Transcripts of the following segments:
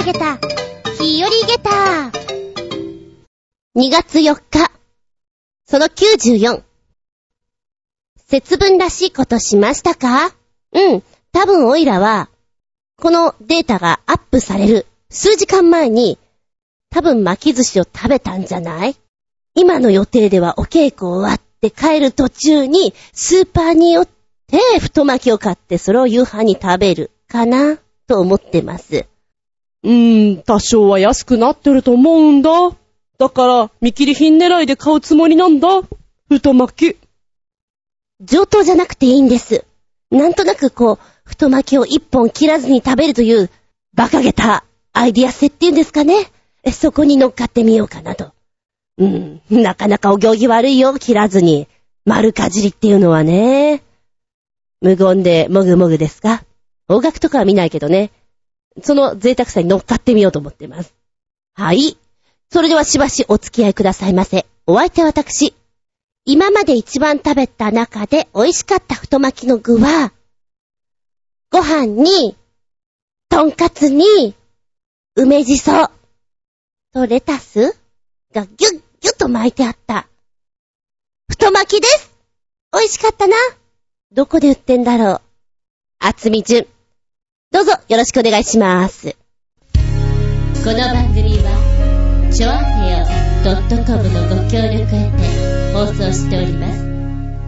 げた、日和げた。2月4日、その94。節分らしいことしましたか？多分オイラは、このデータがアップされる数時間前に、多分巻き寿司を食べたんじゃない？今の予定ではお稽古終わって帰る途中にスーパーに寄って太巻きを買ってそれを夕飯に食べるかなと思ってます。 多少は安くなってると思うんだ。だから見切り品狙いで買うつもりなんだ。太巻き。 上等じゃなくていいんです。なんとなく太巻きを一本切らずに食べるという馬鹿げたアイディア性っていうんですかね。そこに乗っかってみようかなと。なかなかお行儀悪いよ、切らずに。丸かじりっていうのはね。無言でもぐもぐですか？方角とかは見ないけどね。その贅沢さに乗っかってみようと思ってます。はい。それではしばしお付き合いくださいませ。お相手は私。今まで一番食べた中で美味しかった太巻きの具は、ご飯に、とんかつに、梅じそとレタスがギュッギュッと巻いてあった太巻きです。美味しかったな。どこで売ってんだろう。あつみじゅん。どうぞよろしくお願いします。この番組はちょあへよ .com のご協力へて放送しております。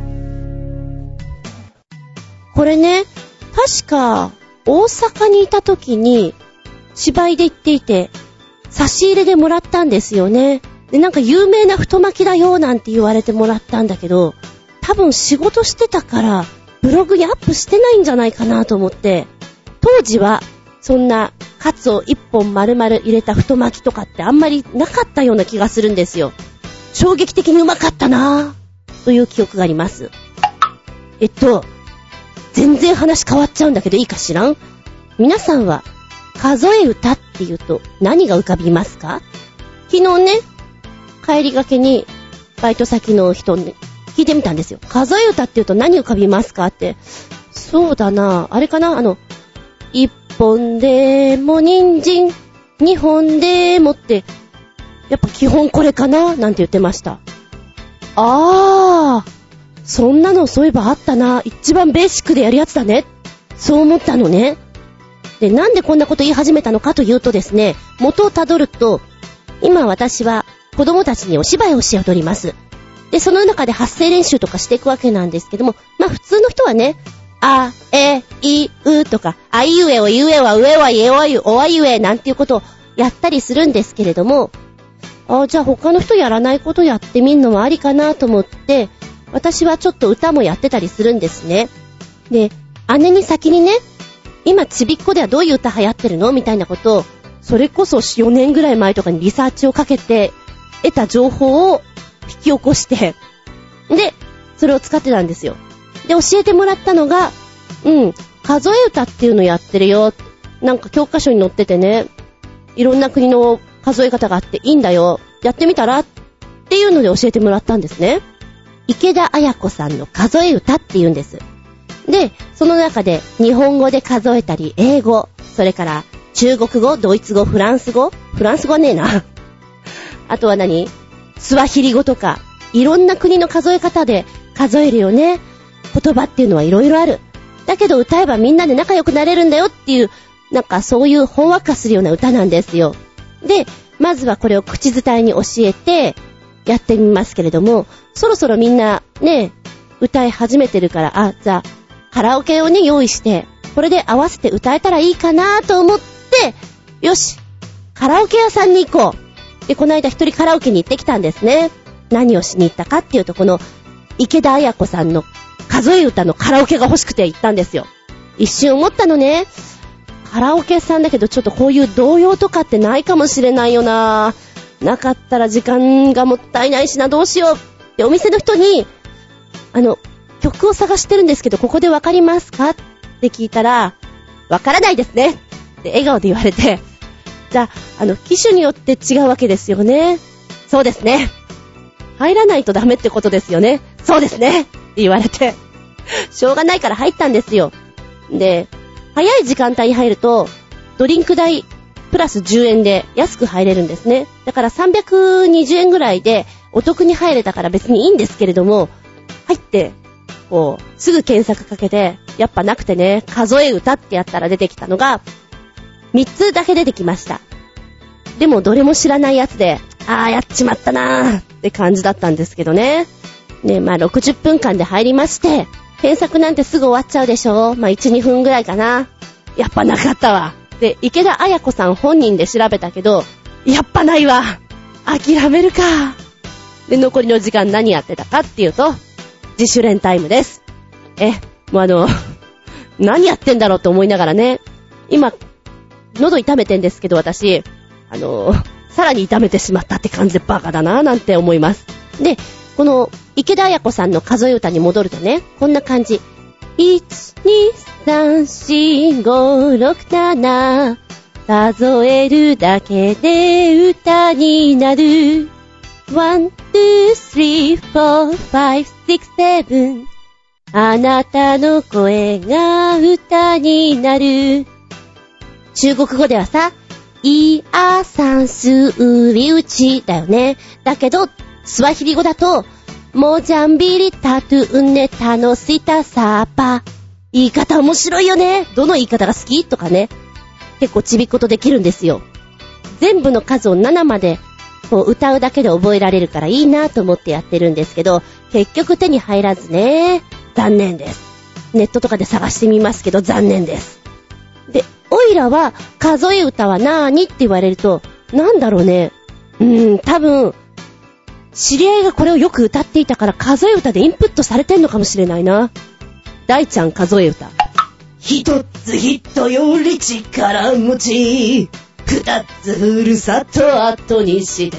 これね、確か大阪にいた時に芝居で行っていて差し入れでもらったんですよね。で、なんか有名な太巻きだよなんて言われてもらったんだけど、多分仕事してたからブログにアップしてないんじゃないかなと思って、当時はそんなカツを一本丸々入れた太巻きとかってあんまりなかったような気がするんですよ。衝撃的にうまかったなぁという記憶があります。全然話変わっちゃうんだけどいいかしらん？皆さんは数え歌って言うと何が浮かびますか？昨日ね、帰りがけにバイト先の人に聞いてみたんですよ。数え歌って言うと何浮かびますかって。そうだな、あれかな、一本でも人参、二本でもって、やっぱ基本これかななんて言ってました。そんなのそういえばあったな。一番ベーシックでやるやつだね。そう思ったのね。で、なんでこんなこと言い始めたのかというとですね、元をたどると、今私は子供たちにお芝居を教えております。で、その中で発声練習とかしていくわけなんですけども、普通の人はね、あ、え、い、うとか、あいうえおいうえはうえはえおゆおあいうえなんていうことをやったりするんですけれども、じゃあ他の人やらないことやってみるのもありかなと思って、私はちょっと歌もやってたりするんですね。で、姉に先にね、今ちびっこではどういう歌流行ってるのみたいなことを、それこそ4年ぐらい前とかにリサーチをかけて得た情報を引き起こして、で、それを使ってたんですよ。で、教えてもらったのが、数え歌っていうのやってるよ。なんか教科書に載っててね、いろんな国の数え方があっていいんだよ。やってみたらっていうので教えてもらったんですね。池田彩子さんの数え歌って言うんです。で、その中で日本語で数えたり、英語、それから中国語、ドイツ語、フランス語はねえな。あとはスワヒリ語とか、いろんな国の数え方で数えるよね。言葉っていうのはいろいろある。だけど歌えばみんなで仲良くなれるんだよっていう、なんかそういうほんわかするような歌なんですよ。で、まずはこれを口伝えに教えてやってみますけれども、そろそろみんなね、歌い始めてるから、じゃあカラオケをね用意して、これで合わせて歌えたらいいかなと思って、よし、カラオケ屋さんに行こう。で、この間一人カラオケに行ってきたんですね。何をしに行ったかっていうと、この池田彩子さんの数え歌のカラオケが欲しくて行ったんですよ。一瞬思ったのね。カラオケさんだけどちょっとこういう童謡とかってないかもしれないよな。なかったら時間がもったいないしな、どうしようってお店の人に曲を探してるんですけどここでわかりますかって聞いたら、わからないですねって笑顔で言われて、じゃあ機種によって違うわけですよね。そうですね、入らないとダメってことですよね。そうですねって言われて、しょうがないから入ったんですよ。で、早い時間帯に入るとドリンク代プラス10円で安く入れるんですね。だから320円ぐらいでお得に入れたから別にいいんですけれども、入って、こう、すぐ検索かけて、やっぱなくてね、数え歌ってやったら出てきたのが、3つだけ出てきました。でもどれも知らないやつで、やっちまったなーって感じだったんですけどね。ね、まあ60分間で入りまして、検索なんてすぐ終わっちゃうでしょ。まあ1、2分ぐらいかな。やっぱなかったわ。で、池田彩子さん本人で調べたけど、やっぱないわ。諦めるか。で、残りの時間何やってたかっていうと、自主練タイムです。もう何やってんだろうと思いながらね、今、喉痛めてんですけど私、さらに痛めてしまったって感じでバカだなぁなんて思います。で、この池田彩子さんの数え歌に戻るとね、こんな感じ。1,2,3,4,5,6,7 数えるだけで歌になる。1,2,3,4,5,6,7 あなたの声が歌になる。中国語ではさ、イアサンスウリウチだよね。だけど、スワヒリ語だと、モジャンビリタトゥンネタノシタサーパ。言い方面白いよね。どの言い方が好きとかね。結構ちびっことできるんですよ。全部の数を7までこう歌うだけで覚えられるからいいなと思ってやってるんですけど、結局手に入らずね。残念です。ネットとかで探してみますけど残念です。で、オイラは数え歌はなーにって言われると、なんだろうね。多分、知り合いがこれをよく歌っていたから数え歌でインプットされてんのかもしれないな。大ちゃん数え歌。一つ人より力持ち、二つふるさと後にして。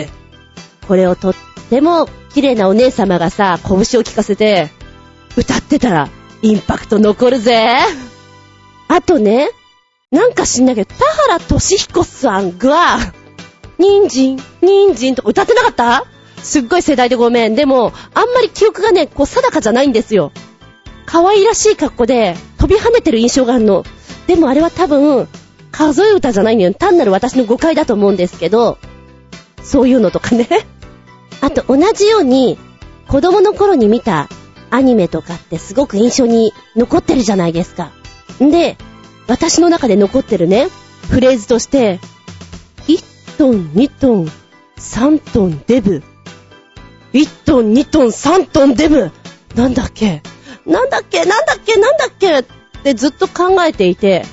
これをとっても綺麗なお姉様がさ、拳を聞かせて歌ってたらインパクト残るぜ。あとね、なんか知んないけど、田原俊彦さんが人参とか歌ってなかった？すっごい世代でごめん。でもあんまり記憶がね、こう定かじゃないんですよ。可愛らしい格好で飛び跳ねてる印象があるの。でもあれは多分数え歌じゃないのよ。単なる私の誤解だと思うんですけど、そういうのとかね。あと同じように子供の頃に見たアニメとかってすごく印象に残ってるじゃないですか。んで、私の中で残ってるね、フレーズとして、1トン、2トン、3トンデブ。1トン、2トン、3トンデブ。なんだっけってずっと考えていて、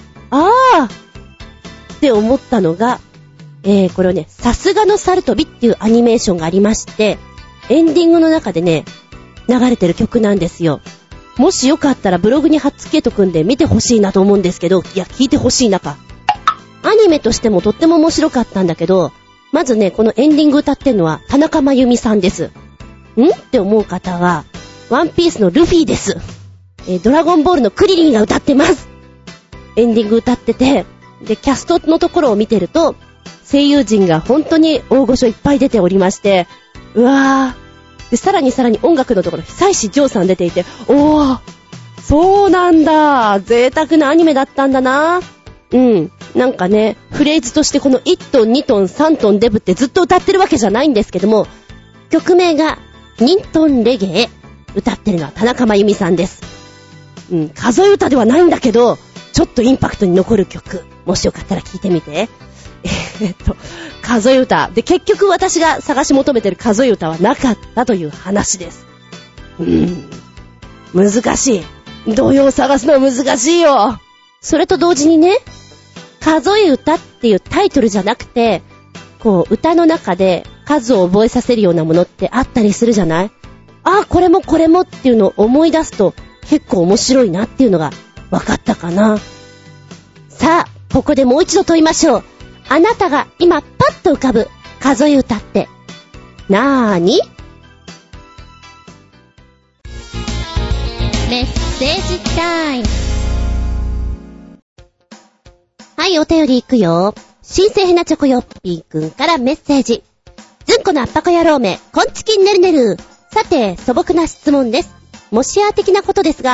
って思ったのが、これをね、さすがのサルトビっていうアニメーションがありまして、エンディングの中でね、流れてる曲なんですよ。もしよかったらブログに貼っつけとくんで見てほしいなと思うんですけど、いや、聞いてほしいなか。アニメとしてもとっても面白かったんだけど、まずね、このエンディング歌ってんのは田中真由美さんです。って思う方は、ワンピースのルフィです。ドラゴンボールのクリリンが歌ってます。エンディング歌ってて、で、キャストのところを見てると、声優陣が本当に大御所いっぱい出ておりまして、うわー。で、さらに音楽のところ、久石譲さん出ていて、そうなんだ。贅沢なアニメだったんだな。なんかね、フレーズとしてこの1トン、2トン、3トンデブってずっと歌ってるわけじゃないんですけども、曲名が2トンレゲエ。歌ってるのは田中真由美さんです。数え歌ではないんだけど、ちょっとインパクトに残る曲。もしよかったら聞いてみて。数え歌。で、結局私が探し求めてる数え歌はなかったという話です。難しい。童謡を探すのは難しいよ。それと同時にね、数え歌っていうタイトルじゃなくて、こう、歌の中で数を覚えさせるようなものってあったりするじゃない？これもっていうのを思い出すと結構面白いなっていうのが分かったかな。さあ、ここでもう一度問いましょう。あなたが今パッと浮かぶ数え歌ってなーに？メッセージタイム。はい、お便りいくよ。新生ヘナチョコヨッピーくんからメッセージ。ずんこのあっぱこ野郎め、こんちきんねるねる。さて、素朴な質問です。もしや的なことですが、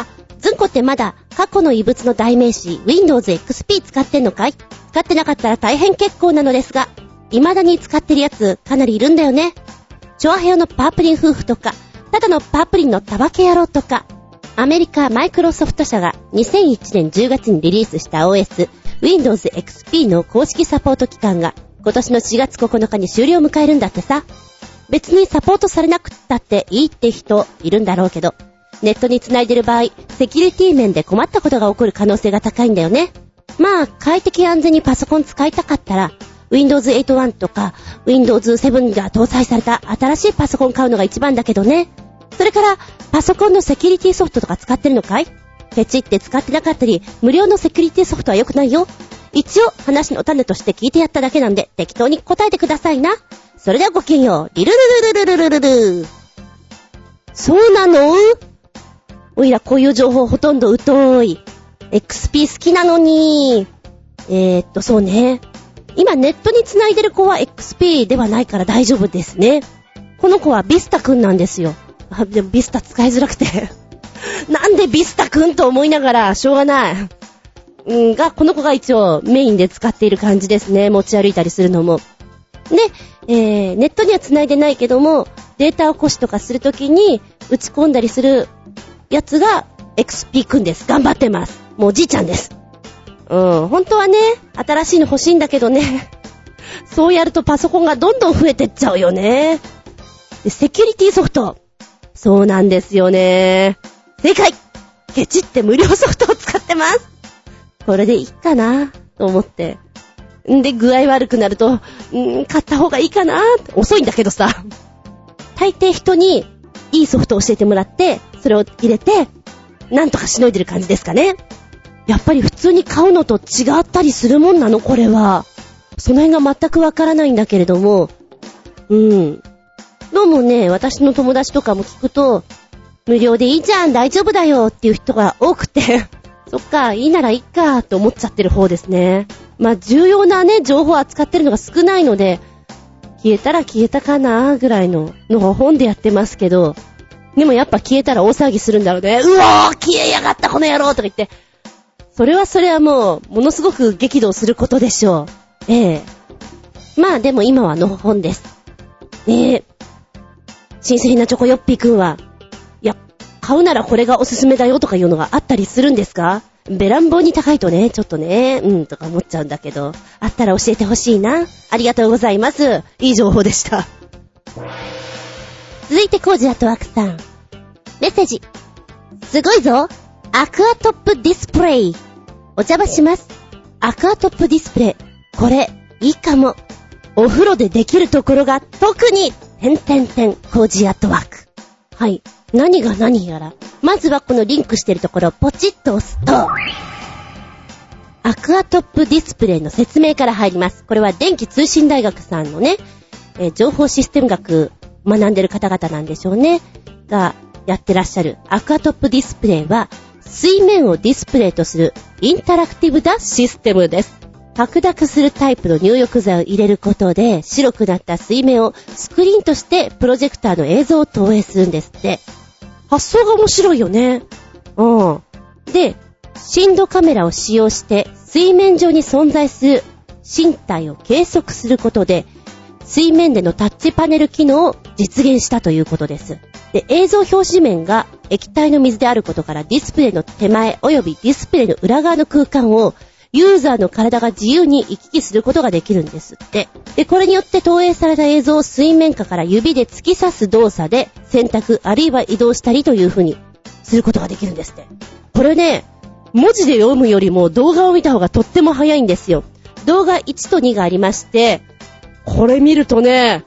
ずんこってまだ過去の異物の代名詞 Windows XP 使ってんのかい？使ってなかったら大変結構なのですが、未だに使ってるやつかなりいるんだよね。チョアヘヨのパープリン夫婦とか、ただのパープリンのタバケ野郎とか、アメリカマイクロソフト社が2001年10月にリリースした OS Windows XP の公式サポート期間が今年の4月9日に終了を迎えるんだってさ。別にサポートされなくったっていいって人いるんだろうけど、ネットに繋いでる場合、セキュリティ面で困ったことが起こる可能性が高いんだよね。まあ、快適安全にパソコン使いたかったら、Windows 8.1 とか Windows 7が搭載された新しいパソコン買うのが一番だけどね。それから、パソコンのセキュリティソフトとか使ってるのかい？ケチって使ってなかったり、無料のセキュリティソフトは良くないよ。一応、話の種として聞いてやっただけなんで、適当に答えてくださいな。それではごきげんよう。リルルルルルルルルル。そうなの？おいらこういう情報ほとんど疎い。XP 好きなのに。そうね。今ネットに繋いでる子は XP ではないから大丈夫ですね。この子はビスタくんなんですよ。でもビスタ使いづらくて。なんでビスタくんと思いながらしょうがない。この子が一応メインで使っている感じですね。持ち歩いたりするのも。で、ネットには繋いでないけども、データ起こしとかするときに打ち込んだりするやつが XP くんです。頑張ってます。もうおじいちゃんです。本当はね、新しいの欲しいんだけどね。そうやるとパソコンがどんどん増えてっちゃうよね。で、セキュリティソフト。そうなんですよね。正解！ケチって無料ソフトを使ってます。これでいいかなと思って。で、具合悪くなると、買った方がいいかな。遅いんだけどさ。大抵人にいいソフトを教えてもらって、それを入れて、なんとかしのいでる感じですかね。やっぱり普通に買うのと違ったりするもんなのこれは。その辺が全くわからないんだけれども。どうもね、私の友達とかも聞くと、無料でいいじゃん、大丈夫だよっていう人が多くて、そっか、いいならいいかと思っちゃってる方ですね。まあ重要なね、情報を扱ってるのが少ないので、消えたら消えたかなぐらいのを本でやってますけど、でもやっぱ消えたら大騒ぎするんだろうね。うわー消えやがったこの野郎とか言って、それはもうものすごく激怒することでしょう。まあでも今はのほほんです。新製品なチョコヨッピーくんは、いや、買うならこれがおすすめだよとかいうのがあったりするんですか？べらんぼうに高いとね、ちょっとね、とか思っちゃうんだけど、あったら教えてほしいな。ありがとうございます。いい情報でした。続いてコージアットワークさん。メッセージ。すごいぞ。アクアトップディスプレイ。お邪魔します。アクアトップディスプレイ。これ、いいかも。お風呂でできるところが特に、コージアットワーク。はい。何が何やら。まずはこのリンクしてるところをポチッと押すと、アクアトップディスプレイの説明から入ります。これは電気通信大学さんのね、情報システム学学んでる方々なんでしょうね。がやってらっしゃるアクアトップディスプレイは、水面をディスプレイとするインタラクティブなシステムです。白濁するタイプの入浴剤を入れることで白くなった水面をスクリーンとしてプロジェクターの映像を投影するんですって。発想が面白いよね。で、深度カメラを使用して水面上に存在する身体を計測することで水面でのタッチパネル機能を実現したということです。で、映像表示面が液体の水であることからディスプレイの手前及びディスプレイの裏側の空間をユーザーの体が自由に行き来することができるんですって。で、これによって投影された映像を水面下から指で突き刺す動作で選択あるいは移動したりという風にすることができるんですって。これね、文字で読むよりも動画を見た方がとっても早いんですよ。動画1と2がありまして、これ見るとね、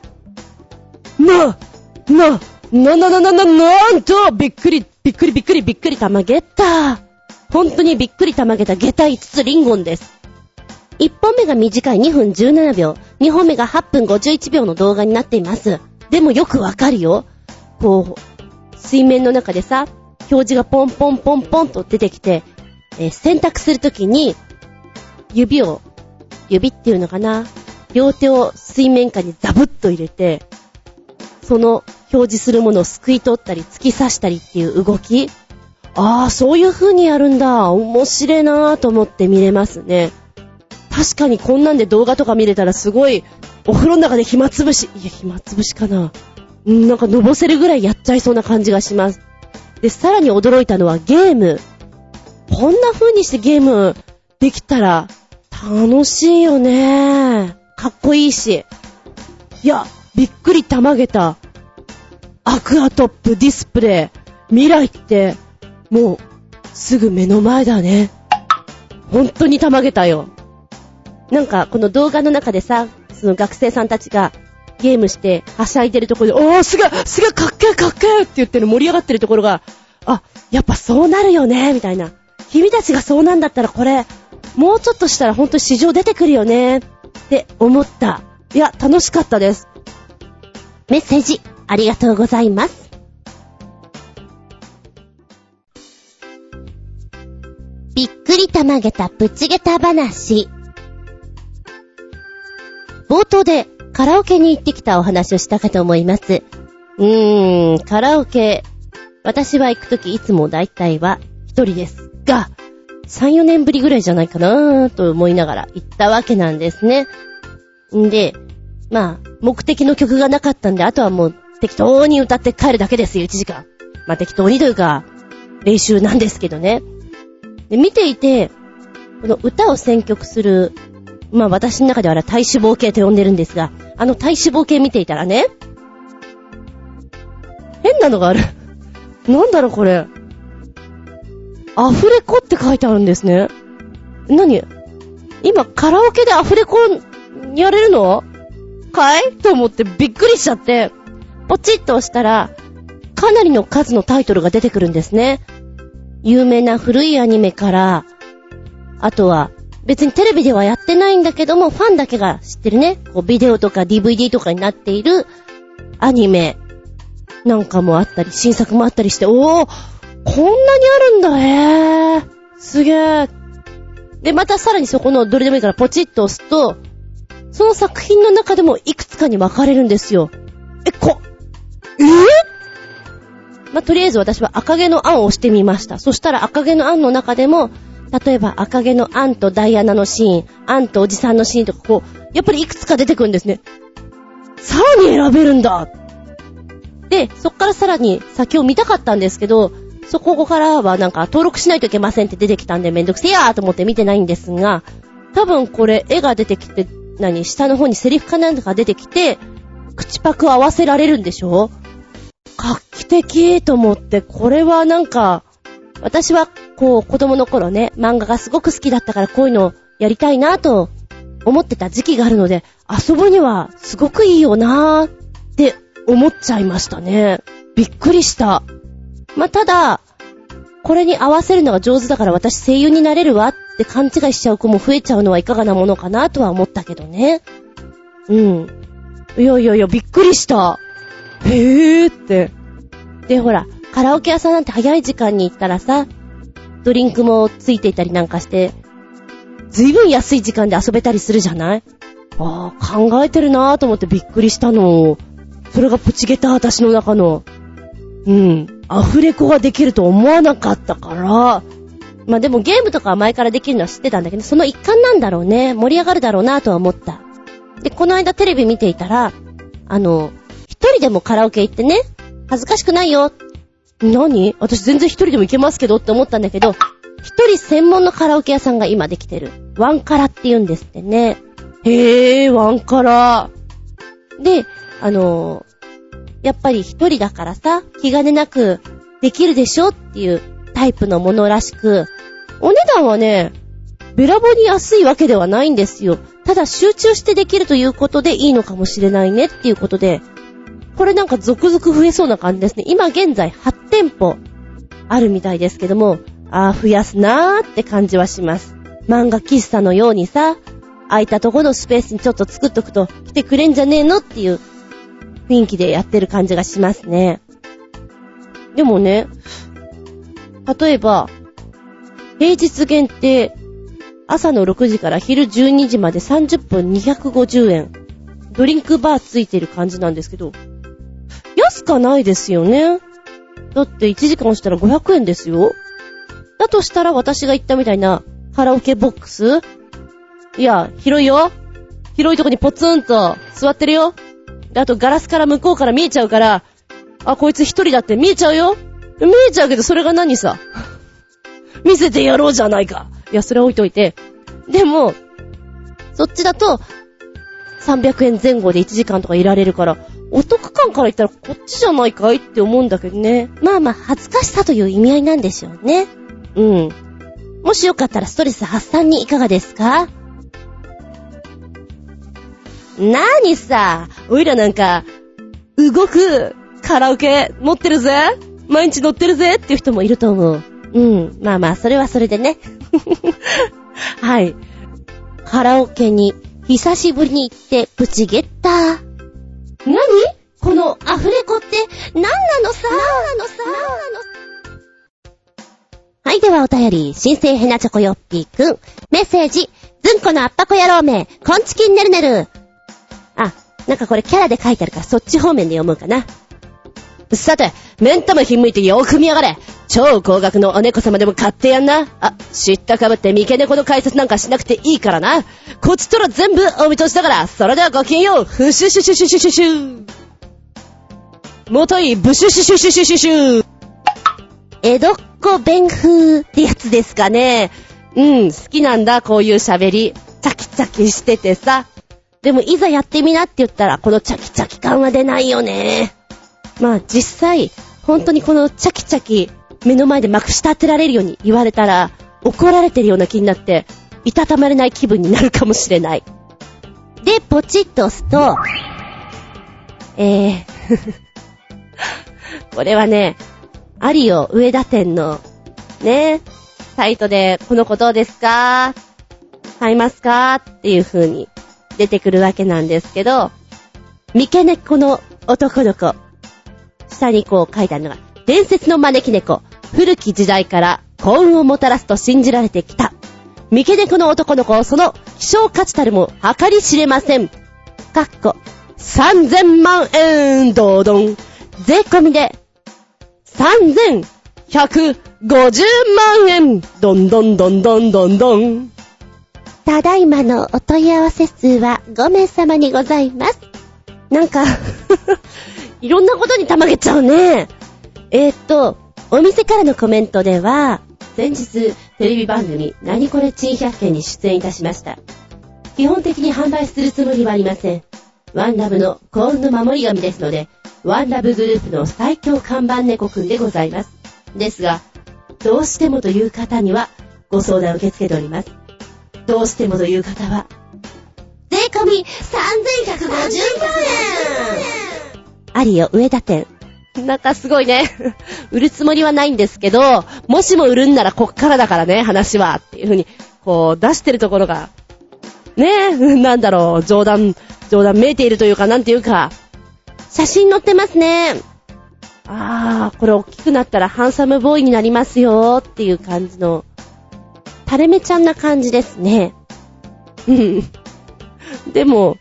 なんとびっくりたまげた。本当にびっくりたまげた下駄5つリンゴンです。1本目が短い2分17秒、2本目が8分51秒の動画になっています。でもよくわかるよ。こう、水面の中でさ、表示がポンポンポンポンと出てきて、選択するときに、指っていうのかな、両手を水面下にザブッと入れて、その表示するものをすくい取ったり突き刺したりっていう動き、 そういう風にやるんだ。面白いなぁと思って見れますね。確かにこんなんで動画とか見れたらすごい、お風呂の中で暇つぶし。いや、暇つぶしかな。なんかのぼせるぐらいやっちゃいそうな感じがします。で、さらに驚いたのはゲーム。こんな風にしてゲームできたら楽しいよね。かっこいいし。いや、びっくりたまげた。アクアトップディスプレイ。未来って、もう、すぐ目の前だね。本当にたまげたよ。なんか、この動画の中でさ、その学生さんたちがゲームしてはしゃいでるところで、すげえかっけーって言ってる盛り上がってるところが、やっぱそうなるよね、みたいな。君たちがそうなんだったらこれ、もうちょっとしたら本当に市場出てくるよね、って思った。いや、楽しかったです。メッセージ、ありがとうございます。びっくりたまげたプチゲタ話。冒頭でカラオケに行ってきたお話をしたかと思います。カラオケ。私は行くときいつも大体は一人ですが、3、4年ぶりぐらいじゃないかなと思いながら行ったわけなんですね。で、目的の曲がなかったんで、あとはもう適当に歌って帰るだけですよ、1時間。適当にというか、練習なんですけどね。で、見ていて、この歌を選曲する、私の中では体脂肪計と呼んでるんですが、体脂肪計見ていたらね、変なのがある。なんだろこれ。アフレコって書いてあるんですね。何？今カラオケでアフレコやれるの？かい？と思ってびっくりしちゃって、ポチッと押したら、かなりの数のタイトルが出てくるんですね。有名な古いアニメから、あとは、別にテレビではやってないんだけども、ファンだけが知ってるね、ビデオとか DVD とかになっているアニメなんかもあったり、新作もあったりして、こんなにあるんだ、すげー。で、またさらにそこのどれでもいいからポチッと押すと、その作品の中でもいくつかに分かれるんですよ。とりあえず私は赤毛のアンを押してみました。そしたら赤毛のアンの中でも、例えば赤毛のアンとダイアナのシーン、アンとおじさんのシーンとかやっぱりいくつか出てくるんですね。さらに選べるんだ。で、そっからさらに先を見たかったんですけど、そこからはなんか登録しないといけませんって出てきたんでめんどくせえやーと思って見てないんですが、多分これ絵が出てきて、下の方にセリフかなんか出てきて、口パク合わせられるんでしょ？画期的と思って、これはなんか、私は子供の頃ね、漫画がすごく好きだったからこういうのをやりたいなと思ってた時期があるので、遊ぶにはすごくいいよなーって思っちゃいましたね。びっくりした。ただ、これに合わせるのが上手だから私声優になれるわって勘違いしちゃう子も増えちゃうのはいかがなものかなとは思ったけどね。いや、びっくりした。へーって。で、ほら、カラオケ屋さんなんて早い時間に行ったらさ、ドリンクもついていたりなんかして、ずいぶん安い時間で遊べたりするじゃない？考えてるなーと思ってびっくりしたの。それがプチゲタ私の中の。アフレコができると思わなかったから。でもゲームとかは前からできるのは知ってたんだけど、その一環なんだろうね。盛り上がるだろうなとは思った。で、この間テレビ見ていたら、一人でもカラオケ行ってね、恥ずかしくないよ。何？私全然一人でも行けますけどって思ったんだけど、一人専門のカラオケ屋さんが今できてる。ワンカラって言うんですってね。ワンカラ。で、やっぱり一人だからさ、気兼ねなくできるでしょっていうタイプのものらしく、お値段はね、べらぼうに安いわけではないんですよ。ただ集中してできるということでいいのかもしれないねっていうことで、これなんか続々増えそうな感じですね。今現在8店舗あるみたいですけども、増やすなーって感じはします。漫画喫茶のようにさ、空いたところのスペースにちょっと作っとくと来てくれんじゃねえのっていう雰囲気でやってる感じがしますね。でもね、例えば、平日限定、朝の6時から昼12時まで30分250円。ドリンクバーついてる感じなんですけど、安かないですよね。だって1時間したら500円ですよ。 だとしたら私が言ったみたいなカラオケボックス、いや、広いよ。広いとこにポツンと座ってるよ。で、あとガラスから向こうから見えちゃうから、あ、こいつ一人だって見えちゃうよ。見えちゃうけどそれが何さ。見せてやろうじゃないか。いや、それは置いといて。でも、そっちだと、300円前後で1時間とかいられるから、お得感から言ったらこっちじゃないかいって思うんだけどね。まあまあ、恥ずかしさという意味合いなんでしょうね。うん。もしよかったらストレス発散にいかがですか？なにさ、おいらなんか、動くカラオケ持ってるぜ、毎日乗ってるぜっていう人もいると思う。うん。まあまあ、それはそれでね。はい。カラオケに久しぶりに行ってプチゲッター。何？このアフレコって何なのさ。はい、ではお便り、新生ヘナチョコヨッピーくん。メッセージ、ずんこのあっぱこ野郎め、こんちきんねるねる。あ、なんかこれキャラで書いてあるからそっち方面で読むかな。さて、目ん玉ひんむいてよく見やがれ。超高額のお猫様でも買ってやんな。あ、知ったかぶって三毛猫の解説なんかしなくていいからな。こっちとら全部お見通しだから。それではごきげんよう。ふしゅしゅしゅしゅしゅしゅしゅ。もといブシュシュシュシュシュシュシュ。江戸っ子弁風ってやつですかね。うん、好きなんだ、こういう喋り。チャキチャキしててさ。でもいざやってみなって言ったら、このチャキチャキ感は出ないよね。まあ実際、本当にこのチャキチャキ、目の前でまくし立てられるように言われたら、怒られてるような気になって、いたたまれない気分になるかもしれない。で、ポチッと押すと、これはね、アリオ上田店の、ね、サイトで、この子どうですか？買いますか？っていう風に出てくるわけなんですけど、三毛猫の男の子。下にこう書いてあるのが、伝説の招き猫。古き時代から幸運をもたらすと信じられてきた。三毛猫の男の子、その希少価値たるも計り知れません。かっこ、3000万円ドドン。税込みで、3150万円ドンドンドンドンドンドン。ただいまのお問い合わせ数は5名様にございます。なんか、いろんなことにたまげちゃうね。お店からのコメントでは、先日テレビ番組何これ珍百景に出演いたしました。基本的に販売するつもりはありません。ワンラブの幸運の守り神ですので、ワンラブグループの最強看板猫くんでございます。ですが、どうしてもという方にはご相談を受け付けております。どうしてもという方は、税込み3150万円。ありよ、上田店。なんかすごいね。売るつもりはないんですけど、もしも売るんならこっからだからね、話は。っていう風に、こう出してるところが、ね、なんだろう、冗談めいているというか、なんていうか、写真載ってますね。あー、これ大きくなったらハンサムボーイになりますよっていう感じの、タレメちゃんな感じですね。うん。でも、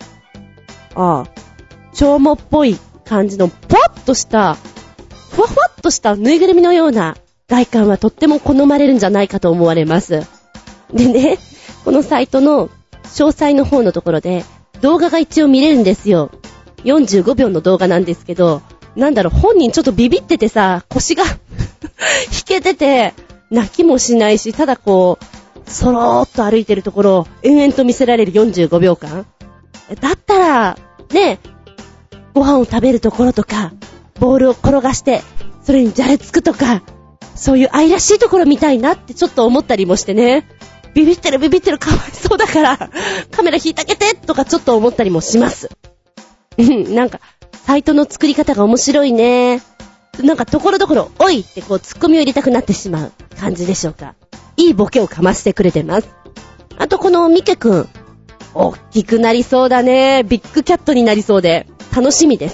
蝶もっぽい感じのポワッとした、ふわふわっとしたぬいぐるみのような外観はとっても好まれるんじゃないかと思われます。でね、このサイトの詳細の方のところで動画が一応見れるんですよ。45秒の動画なんですけど、なんだろう、本人ちょっとビビっててさ、腰が引けてて、泣きもしないし、ただこう、そろーっと歩いてるところを延々と見せられる45秒間。だったら、ね、ご飯を食べるところとか、ボールを転がして、それにじゃれつくとか、そういう愛らしいところ見たいなってちょっと思ったりもしてね。ビビってるかわいそうだから、カメラ引いてあげてとかちょっと思ったりもします。なんか、サイトの作り方が面白いね。なんかところどころ、おいってこうツッコミを入れたくなってしまう感じでしょうか。いいボケをかましてくれてます。あとこのミケくん、大きくなりそうだね。ビッグキャットになりそうで、楽しみです。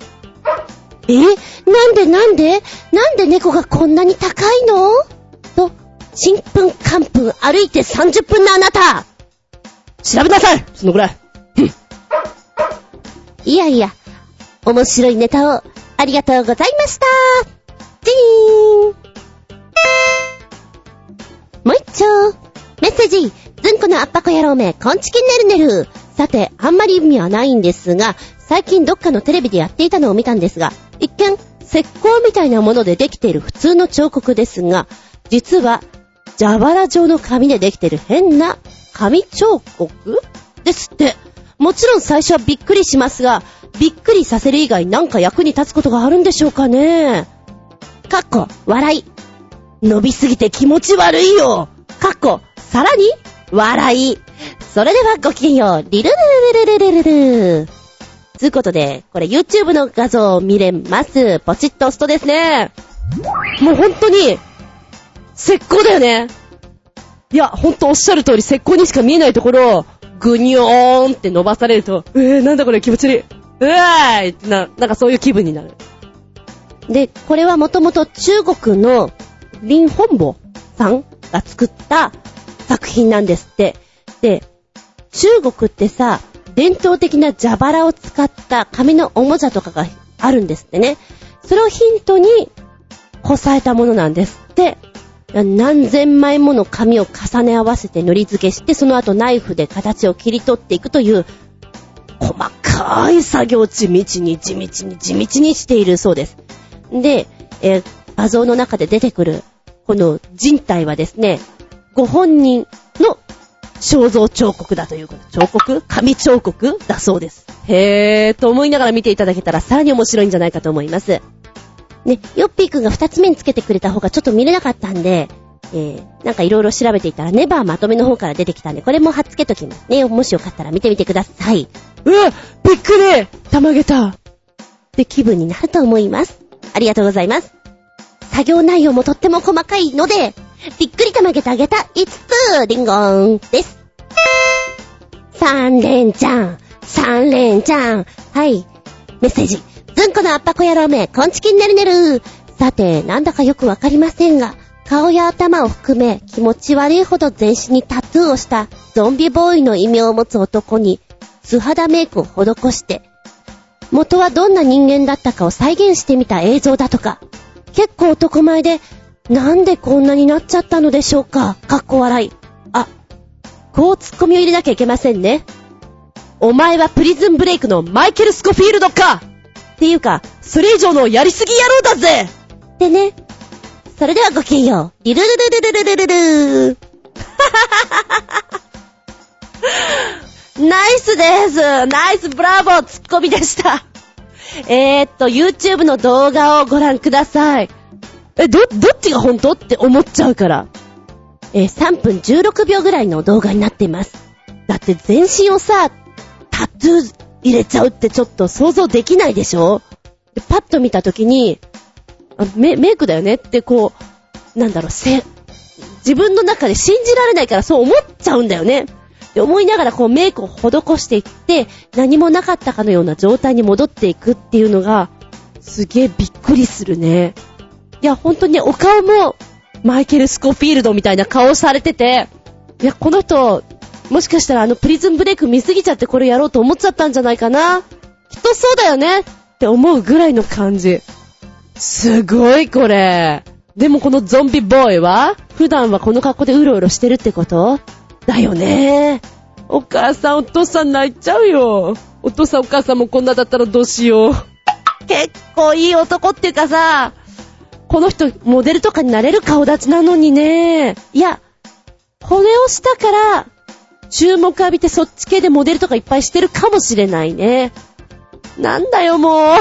なんで猫がこんなに高いの？と、ちんぷんかんぷん歩いて30分のあなた！調べなさい！そのぐらい。いやいや、面白いネタをありがとうございました。ジーン。 ちょメッセージ、ずんこのあっぱこ野郎め、こんちきねるねる。さて、あんまり意味はないんですが、最近どっかのテレビでやっていたのを見たんですが、一見、石膏みたいなものでできている普通の彫刻ですが、実は、蛇腹状の紙でできている変な紙彫刻ですって。もちろん最初はびっくりしますが、びっくりさせる以外なんか役に立つことがあるんでしょうかね。かっこ、笑い。伸びすぎて気持ち悪いよ。かっこ、さらに、笑い。それではごきげんよう。リルルルルルルルル。つうことで、これ YouTube の画像を見れます。ポチッと押すとですね。もう本当に、石膏だよね。いや、ほんとおっしゃる通り石膏にしか見えないところを、グニョーンって伸ばされると、なんだこれ気持ち悪い。ってなんかそういう気分になる。で、これはもともと中国の林本坊さんが作った作品なんですって。で、中国ってさ、伝統的な蛇腹を使った紙のおもちゃとかがあるんですってね。それをヒントにこさえたものなんですって。何千枚もの紙を重ね合わせて塗り付けして、その後ナイフで形を切り取っていくという細かい作業を地道にしているそうです。で、画像の中で出てくるこの人体はですね、ご本人の肖像彫刻だということ。彫刻？紙彫刻だそうです。へーと思いながら見ていただけたらさらに面白いんじゃないかと思います。ね、ヨッピーくんが2つ目につけてくれた方がちょっと見れなかったんで、なんかいろいろ調べていたらネバーまとめの方から出てきたんで、これも貼っつけときますね。もしよかったら見てみてください。びっくりたまげたって気分になると思います。ありがとうございます。作業内容もとっても細かいので、びっくりたまげてあげた5つリンゴーンです。3連チャン。はい。メッセージ。ずんこのあっぱこ野郎め、こんちきんねるねる。さて、なんだかよくわかりませんが、顔や頭を含め気持ち悪いほど全身にタトゥーをしたゾンビボーイの異名を持つ男に素肌メイクを施して、元はどんな人間だったかを再現してみた映像だとか。結構男前で、なんでこんなになっちゃったのでしょうか。かっこ笑い。こうツッコミを入れなきゃいけませんね。お前はプリズンブレイクのマイケル・スコフィールドかっていうか、それ以上のやりすぎ野郎だぜってね。それではごきげんよう。リルルルルルルルルルナイスです。ナイスブラボーツッコミでした。YouTube の動画をご覧ください。どっちが本当って思っちゃうから。3分16秒ぐらいの動画になっています。だって全身をさ、タトゥー入れちゃうってちょっと想像できないでしょ？でパッと見たときに、メイクだよねってこう、自分の中で信じられないからそう思っちゃうんだよね。で思いながらこうメイクを施していって何もなかったかのような状態に戻っていくっていうのがすげえびっくりするね。いや本当にね、お顔もマイケル・スコフィールドみたいな顔されてて、いやこの人もしかしたらプリズンブレイク見すぎちゃってこれやろうと思っちゃったんじゃないかな。きっとそうだよねって思うぐらいの感じ。すごいこれ。でもこのゾンビボーイは普段はこの格好でうろうろしてるってことだよね。お母さんお父さん泣いちゃうよ。お父さんお母さんもこんなだったらどうしよう。結構いい男っていうかさ、この人モデルとかになれる顔立ちなのにね。いやこれをしたから注目浴びてそっち系でモデルとかいっぱいしてるかもしれないね。なんだよもう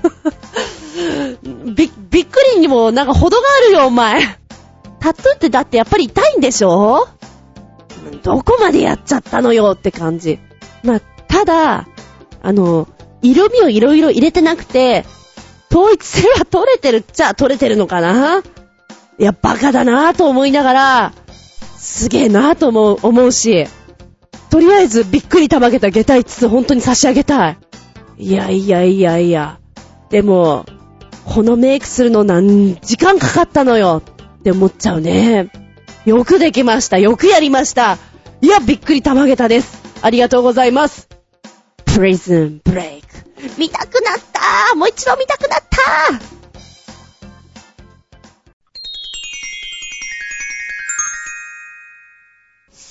びっくりにもなんか程があるよお前。タトゥーってだってやっぱり痛いんでしょ？どこまでやっちゃったのよって感じ。まあただ色味をいろいろ入れてなくて統一性は取れてるっちゃ取れてるのかな。いやバカだなぁと思いながらすげえなぁと思うし、とりあえずびっくりたまげた下駄5つ本当に差し上げたい。いやでもこのメイクするの何時間かかったのよって思っちゃうね。よくできました。よくやりました。いやびっくりたまげたです。ありがとうございます。プリズンブレイク見たくなった。もう一度見たくなった。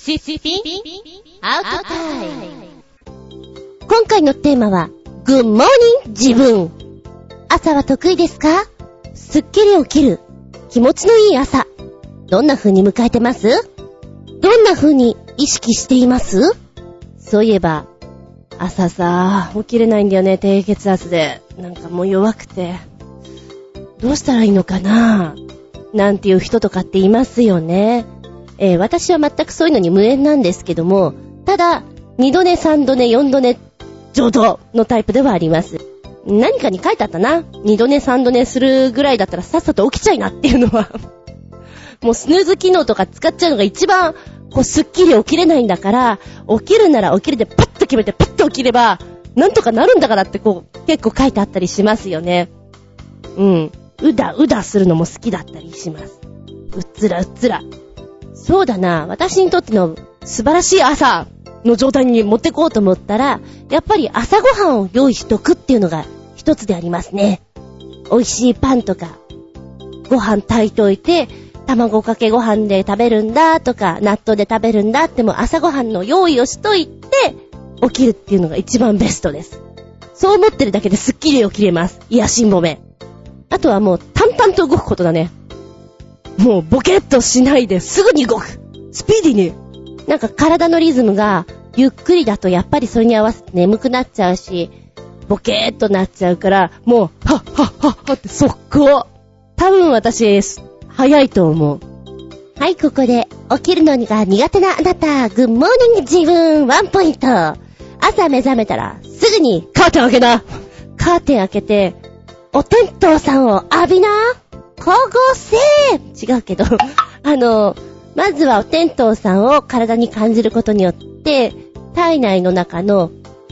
シッピンアウトタイム。今回のテーマは、グッモーニング自分。朝は得意ですか？すっきり起きる気持ちのいい朝。どんな風に迎えてます？どんな風に意識しています？そういえば、朝さ、起きれないんだよね、低血圧で。なんかもう弱くて。どうしたらいいのかな？なんていう人とかっていますよね。私は全くそういうのに無縁なんですけども、ただ、2度寝、3度寝、4度寝、上等のタイプではあります。何かに書いてあったな。2度寝、3度寝するぐらいだったらさっさと起きちゃいなっていうのは。もうスヌーズ機能とか使っちゃうのが一番、すっきり起きれないんだから、起きるなら起きるでパッと決めてパッと起きれば、なんとかなるんだからって結構書いてあったりしますよね。うだするのも好きだったりします。うっつら。そうだな、私にとっての素晴らしい朝の状態に持ってこうと思ったら、やっぱり朝ごはんを用意しとくっていうのが一つでありますね。美味しいパンとか、ご飯炊いといて、卵かけご飯で食べるんだとか、納豆で食べるんだっても朝ごはんの用意をしといて、起きるっていうのが一番ベストです。そう思ってるだけですっきり起きれます。癒しんぼめ。あとはもう淡々と動くことだね。もうボケっとしないですぐに動く。スピーディーに。なんか体のリズムがゆっくりだとやっぱりそれに合わせて眠くなっちゃうし、ボケっとなっちゃうから、もう、はっって速攻。多分私、早いと思う。はい、ここで起きるのが苦手なあなた、グッモーニング自分ワンポイント。朝目覚めたらすぐにカーテン開けな。カーテン開けて、お天道さんを浴びな。光合成。違うけど、まずはお天道さんを体に感じることによって、体内の中の、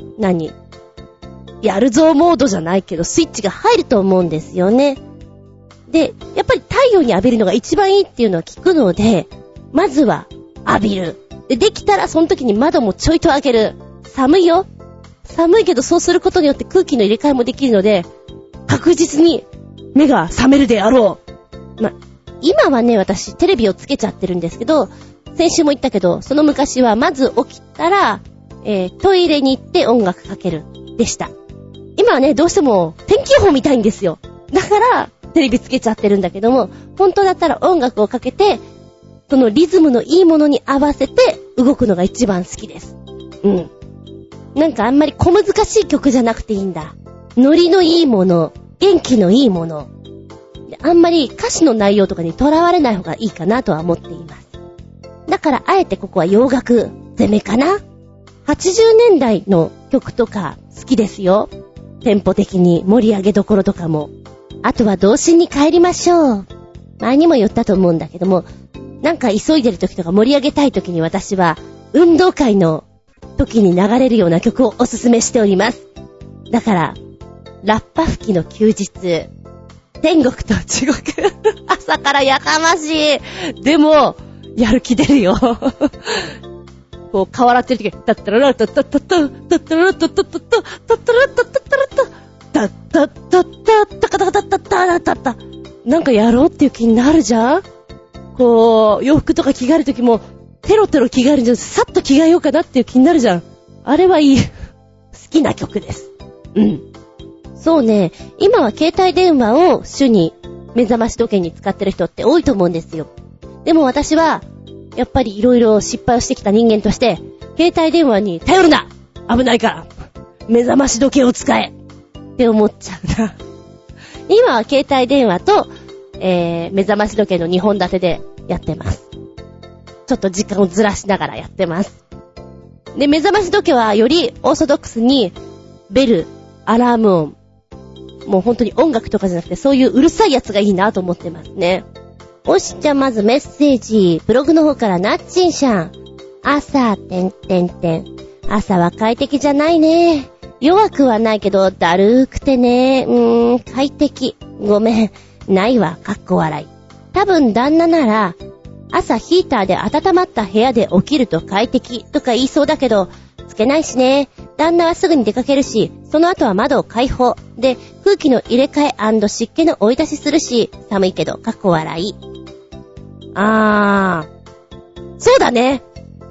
やるぞモードじゃないけど、スイッチが入ると思うんですよね。で、やっぱり太陽に浴びるのが一番いいっていうのは聞くので、まずは浴びる。できたらその時に窓もちょいと開ける。寒いよ。寒いけどそうすることによって空気の入れ替えもできるので、確実に目が覚めるであろう。今はね、私テレビをつけちゃってるんですけど、先週も言ったけど、その昔はまず起きたら、トイレに行って音楽かけるでした。今はね、どうしても天気予報見たいんですよ。だからテレビつけちゃってるんだけども、本当だったら音楽をかけて、そのリズムのいいものに合わせて動くのが一番好きです。なんかあんまり小難しい曲じゃなくていいんだ。ノリのいいもの、元気のいいもの。あんまり歌詞の内容とかにとらわれない方がいいかなとは思っています。だからあえてここは洋楽攻めかな。80年代の曲とか好きですよ。テンポ的に盛り上げどころとかも。あとは童心に帰りましょう。前にも言ったと思うんだけども、なんか急いでる時とか盛り上げたい時に私は運動会の時に流れるような曲をおすすめしております。だからラッパ吹きの休日、天国と地獄朝からやかましい。でもやる気出るよ。こう顔洗ってる時、タッタララタッタッタッタタッタララタッタッタッタタッタララタッタッタラタタッタッタッタタカタカタッタッタタッタ、なんかやろうっていう気になるじゃん。こう洋服とか着替える時もテロテロ着替えるんじゃなくて、さっと着替えようかなっていう気になるじゃん。あれはいい。好きな曲です。そうね、今は携帯電話を主に目覚まし時計に使ってる人って多いと思うんですよ。でも私はやっぱりいろいろ失敗をしてきた人間として、携帯電話に頼るな、危ないから、目覚まし時計を使えって思っちゃうな。今は携帯電話と、目覚まし時計の2本立てでやってます。ちょっと時間をずらしながらやってます。で、目覚まし時計はよりオーソドックスにベル、アラーム音、もう本当に音楽とかじゃなくてそういううるさいやつがいいなと思ってますね。おしじゃあまずメッセージ、ブログの方からなっちんしゃん。朝、朝は快適じゃないね。弱くはないけど、だるーくてね。快適。ごめん。ないわ、かっこ笑い。多分旦那なら、朝ヒーターで温まった部屋で起きると快適とか言いそうだけど、つけないしね。旦那はすぐに出かけるし、その後は窓を開放。で、空気の入れ替え&湿気の追い出しするし、寒いけど、かっこ笑い。そうだね。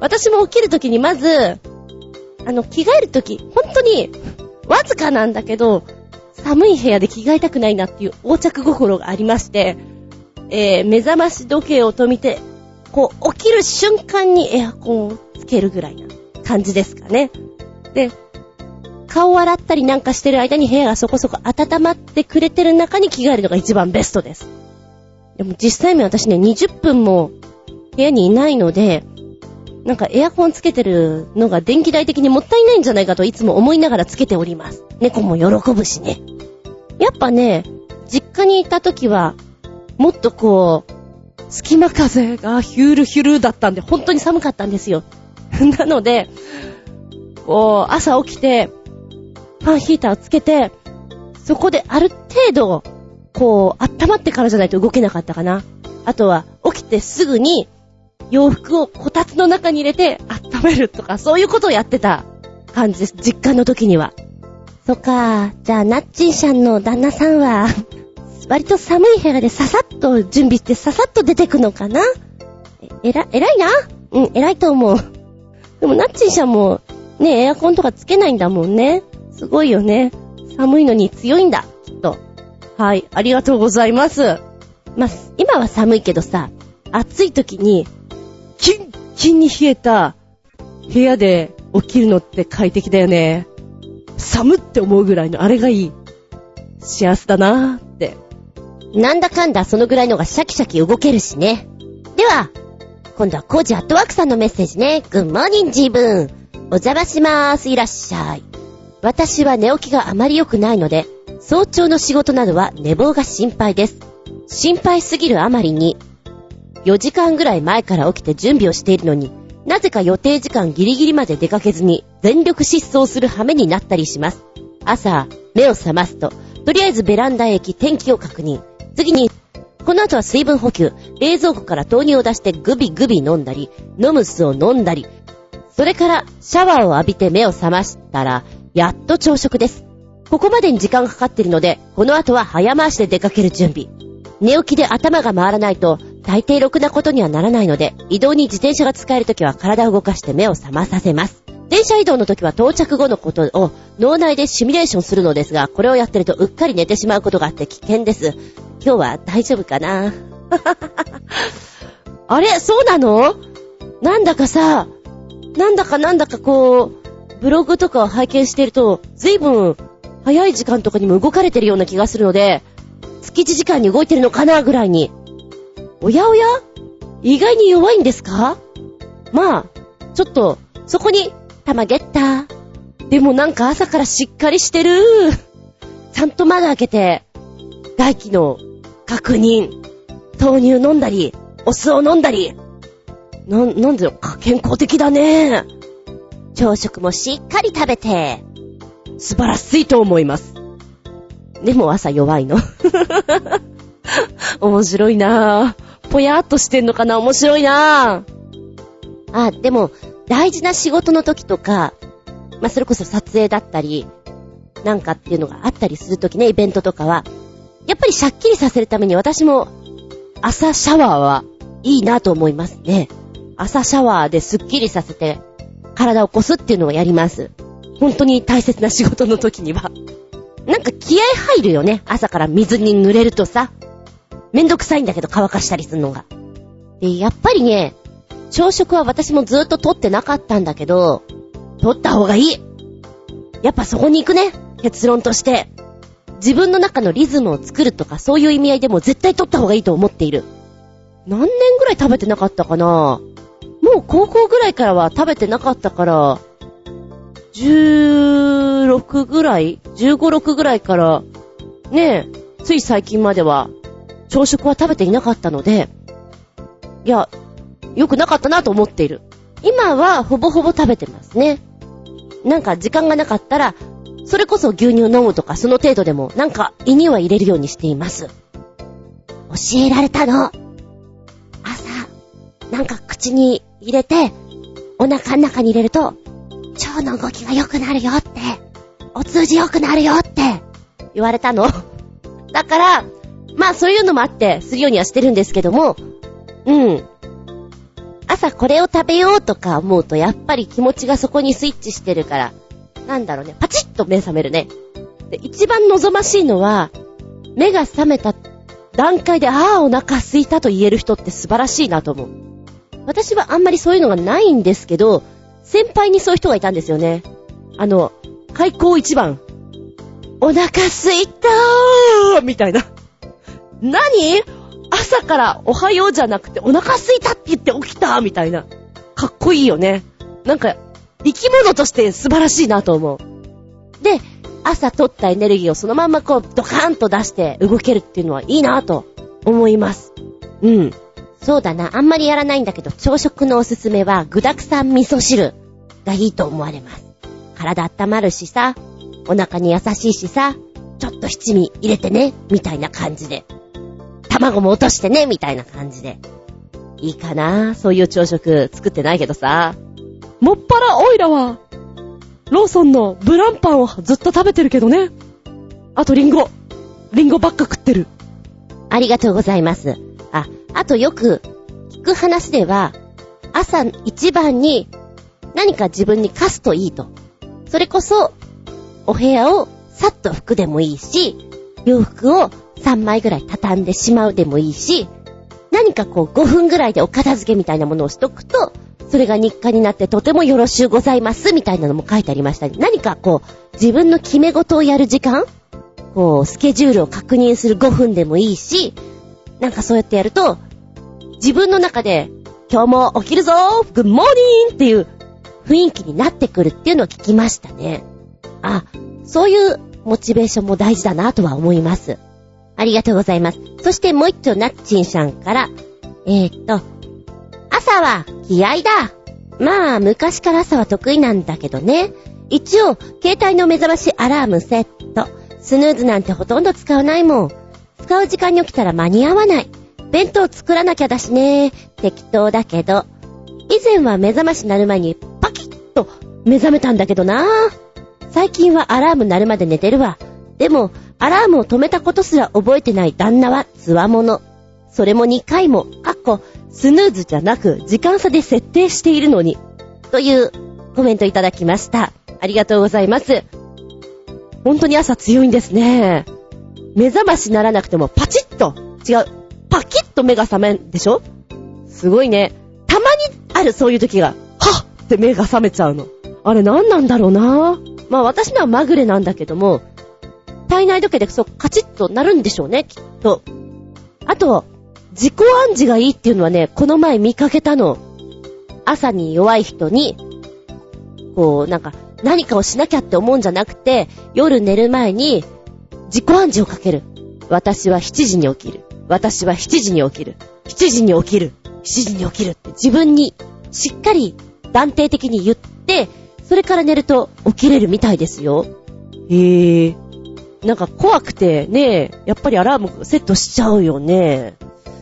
私も起きるときにまず、着替えるとき、本当に、わずかなんだけど、寒い部屋で着替えたくないなっていう横着心がありまして、目覚まし時計を止めて、こう、起きる瞬間にエアコンをつけるぐらいな感じですかね。で、顔を洗ったりなんかしてる間に部屋がそこそこ温まってくれてる中に着替えるのが一番ベストです。でも実際に私ね、20分も部屋にいないので、なんかエアコンつけてるのが電気代的にもったいないんじゃないかといつも思いながらつけております。猫も喜ぶしね。やっぱね、実家にいた時は、もっとこう、隙間風がヒュールヒュルだったんで、本当に寒かったんですよ。なので、こう、朝起きて、ファンヒーターをつけて、そこである程度、こう、温まってからじゃないと動けなかったかな。あとは、起きてすぐに、洋服をこたつの中に入れて温めるとか、そういうことをやってた感じです。実家の時には。そっか。じゃあ、ナッチンシャンの旦那さんは、割と寒い部屋でささっと準備してささっと出てくのかな？偉いな？うん、偉いと思う。でもナッチンシャンも、ね、エアコンとかつけないんだもんね。すごいよね。寒いのに強いんだ、きっと。はい、ありがとうございます。まあ、今は寒いけどさ、暑い時に、キンキンに冷えた部屋で起きるのって快適だよね。寒って思うぐらいのあれがいい。幸せだなーって。なんだかんだそのぐらいのがシャキシャキ動けるしね。では、今度はコージアットワークさんのメッセージね。グッモーニンジーブン。お邪魔しまーす。いらっしゃい。私は寝起きがあまり良くないので、早朝の仕事などは寝坊が心配です。心配すぎるあまりに、4時間ぐらい前から起きて準備をしているのに、なぜか予定時間ギリギリまで出かけずに全力疾走する羽目になったりします。朝、目を覚ますと、とりあえずベランダへ行き天気を確認。次に、この後は水分補給、冷蔵庫から豆乳を出してグビグビ飲んだり、飲む酢を飲んだり、それからシャワーを浴びて目を覚ましたら、やっと朝食です。ここまでに時間がかかっているので、この後は早回しで出かける準備。寝起きで頭が回らないと、大抵ろくなことにはならないので、移動に自転車が使えるときは体を動かして目を覚まさせます。電車移動のときは到着後のことを脳内でシミュレーションするのですが、これをやってるとうっかり寝てしまうことがあって危険です。今日は大丈夫かなあれそうなの？なんだかさ、なんだかこう、ブログとかを拝見していると、ずいぶん早い時間とかにも動かれてるような気がするので、月1時間に動いてるのかなぐらいに。おやおや？意外に弱いんですか？まあ、ちょっと、そこに、玉ゲッター。でもなんか朝からしっかりしてる。ちゃんと窓開けて、外気の確認、豆乳飲んだり、お酢を飲んだり。なんで健康的だね。朝食もしっかり食べて、素晴らしいと思います。でも朝弱いの。面白いなぁ。ぽやーっとしてんのかな？面白いなぁ。でも、大事な仕事の時とか、まあ、それこそ撮影だったり、なんかっていうのがあったりする時ね、イベントとかは、やっぱりシャッキリさせるために私も、朝シャワーはいいなと思いますね。朝シャワーでスッキリさせて、体をこすっていうのをやります。本当に大切な仕事の時には。なんか気合入るよね。朝から水に濡れるとさ。めんどくさいんだけど乾かしたりするのが。で、やっぱりね、朝食は私もずっと取ってなかったんだけど、取った方がいい。やっぱそこに行くね。結論として。自分の中のリズムを作るとかそういう意味合いでも絶対取った方がいいと思っている。何年ぐらい食べてなかったかな？もう高校ぐらいからは食べてなかったから、16ぐらい ?15、6ぐらいから、ねえ、つい最近までは、朝食は食べていなかったので、いや、良くなかったなと思っている。今はほぼほぼ食べてますね。なんか時間がなかったら、それこそ牛乳飲むとかその程度でも、なんか胃には入れるようにしています。教えられたの。朝、なんか口に入れて、お腹の中に入れると、腸の動きが良くなるよって、お通じ良くなるよって言われたの。だから、まあそういうのもあってするようにはしてるんですけども、朝朝これを食べようとか思うとやっぱり気持ちがそこにスイッチしてるから、なんだろうね、パチッと目覚めるね。で、一番望ましいのは、目が覚めた段階で、ああ、お腹空いたと言える人って素晴らしいなと思う。私はあんまりそういうのがないんですけど、先輩にそういう人がいたんですよね。開口一番。お腹空いたーみたいな。何？朝からおはようじゃなくてお腹空いたって言って起きたみたいな。かっこいいよね。なんか、生き物として素晴らしいなと思う。で、朝取ったエネルギーをそのまんまこうドカーンと出して動けるっていうのはいいなと思います。うん。そうだな。あんまりやらないんだけど、朝食のおすすめは具沢山味噌汁がいいと思われます。体温まるしさ、お腹に優しいしさ、ちょっと七味入れてね、みたいな感じで。卵も落としてね、みたいな感じで。いいかな。そういう朝食作ってないけどさ。 もっぱらオイラは、ローソンのブランパンをずっと食べてるけどね。あとリンゴばっか食ってる。 ありがとうございます。あとよく聞く話では、朝一番に何か自分に課すといいと。それこそ、お部屋をさっと拭くでもいいし、洋服を3枚ぐらい畳んでしまうでもいいし、何かこう5分ぐらいでお片付けみたいなものをしとくと、それが日課になってとてもよろしゅうございますみたいなのも書いてありました。何かこう、自分の決め事をやる時間、こう、スケジュールを確認する5分でもいいし、なんかそうやってやると、自分の中で、今日も起きるぞーグッモーニングっていう雰囲気になってくるっていうのを聞きましたね。そういうモチベーションも大事だなとは思います。ありがとうございます。そしてもう一丁ナッチンさんから、朝は気合だ。まあ、昔から朝は得意なんだけどね。一応、携帯の目覚ましアラームセット。スヌーズなんてほとんど使わないもん。使う時間に起きたら間に合わない。弁当作らなきゃだしね。適当だけど。以前は目覚まし鳴る前にパキッと目覚めたんだけどな。最近はアラーム鳴るまで寝てるわ。でも、アラームを止めたことすら覚えてない旦那はつわもの。それも2回も、スヌーズじゃなく時間差で設定しているのに。というコメントいただきました。ありがとうございます。本当に朝強いんですね。目覚ましならなくてもパチッと、違う、パキッと目が覚めんでしょ？すごいね。たまにあるそういう時が、はっって目が覚めちゃうの。あれ何なんだろうな。まあ私のはまぐれなんだけども、体内時計でそうカチッとなるんでしょうね、きっと。あと、自己暗示がいいっていうのはね、この前見かけたの。朝に弱い人に、こうなんか何かをしなきゃって思うんじゃなくて、夜寝る前に自己暗示をかける。私は7時に起きる。私は7時に起きる。7時に起きる。7時に起きるって自分にしっかり断定的に言って、それから寝ると起きれるみたいですよ。なんか怖くてね、やっぱりアラームセットしちゃうよね。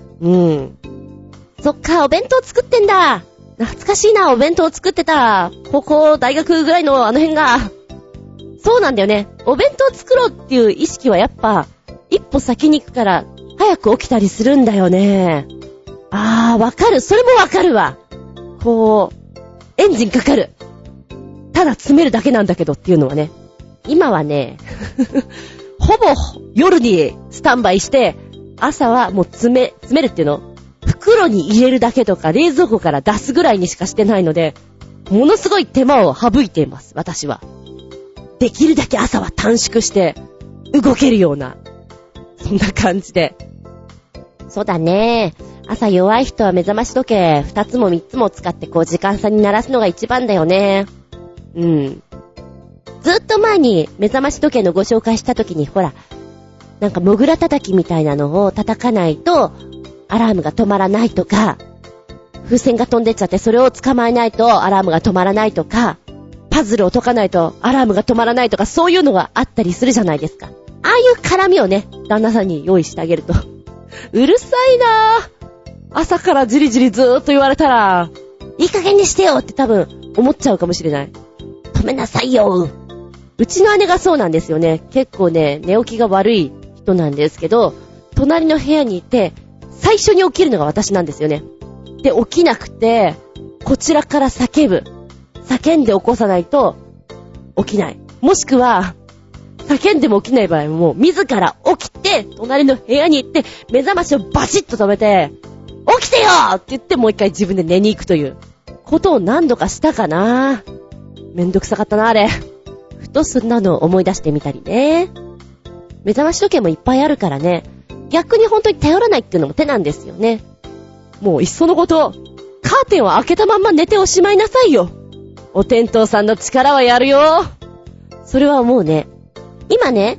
そっか、お弁当作ってんだ。懐かしいな、お弁当作ってた。高校、大学ぐらいのあの辺が。そうなんだよね。お弁当作ろうっていう意識はやっぱ、一歩先に行くから、早く起きたりするんだよね。わかる。それもわかるわ。こう、エンジンかかる。ただ詰めるだけなんだけどっていうのはね。今はね、ほぼ夜にスタンバイして、朝はもう詰めるっていうの。袋に入れるだけとか冷蔵庫から出すぐらいにしかしてないので、ものすごい手間を省いています、私は。できるだけ朝は短縮して動けるような、そんな感じで。そうだね。朝弱い人は目覚まし時計2つも3つも使ってこう時間差に鳴らすのが一番だよね。ずっと前に目覚まし時計のご紹介した時にほら、なんかモグラ叩きみたいなのを叩かないとアラームが止まらないとか、風船が飛んでっちゃってそれを捕まえないとアラームが止まらないとか、パズルを解かないとアラームが止まらないとか、そういうのがあったりするじゃないですか。ああいう絡みをね、旦那さんに用意してあげるとうるさいなぁ。朝からじりじりずーっと言われたら、いい加減にしてよって多分思っちゃうかもしれない。止めなさいよ。うちの姉がそうなんですよね。結構ね、寝起きが悪い人なんですけど、隣の部屋にいて最初に起きるのが私なんですよね。で、起きなくてこちらから叫んで起こさないと起きない。もしくは、叫んでも起きない場合も、自ら起きて、隣の部屋に行って、目覚ましをバチッと止めて、起きてよって言ってもう一回自分で寝に行くということを何度かしたかな。めんどくさかったな、あれ。ふとそんなのを思い出してみたりね。目覚まし時計もいっぱいあるからね。逆に本当に頼らないっていうのも手なんですよね。もういっそのこと、カーテンを開けたまんま寝ておしまいなさいよ。お天道さんの力はやるよ。それはもうね、今ね、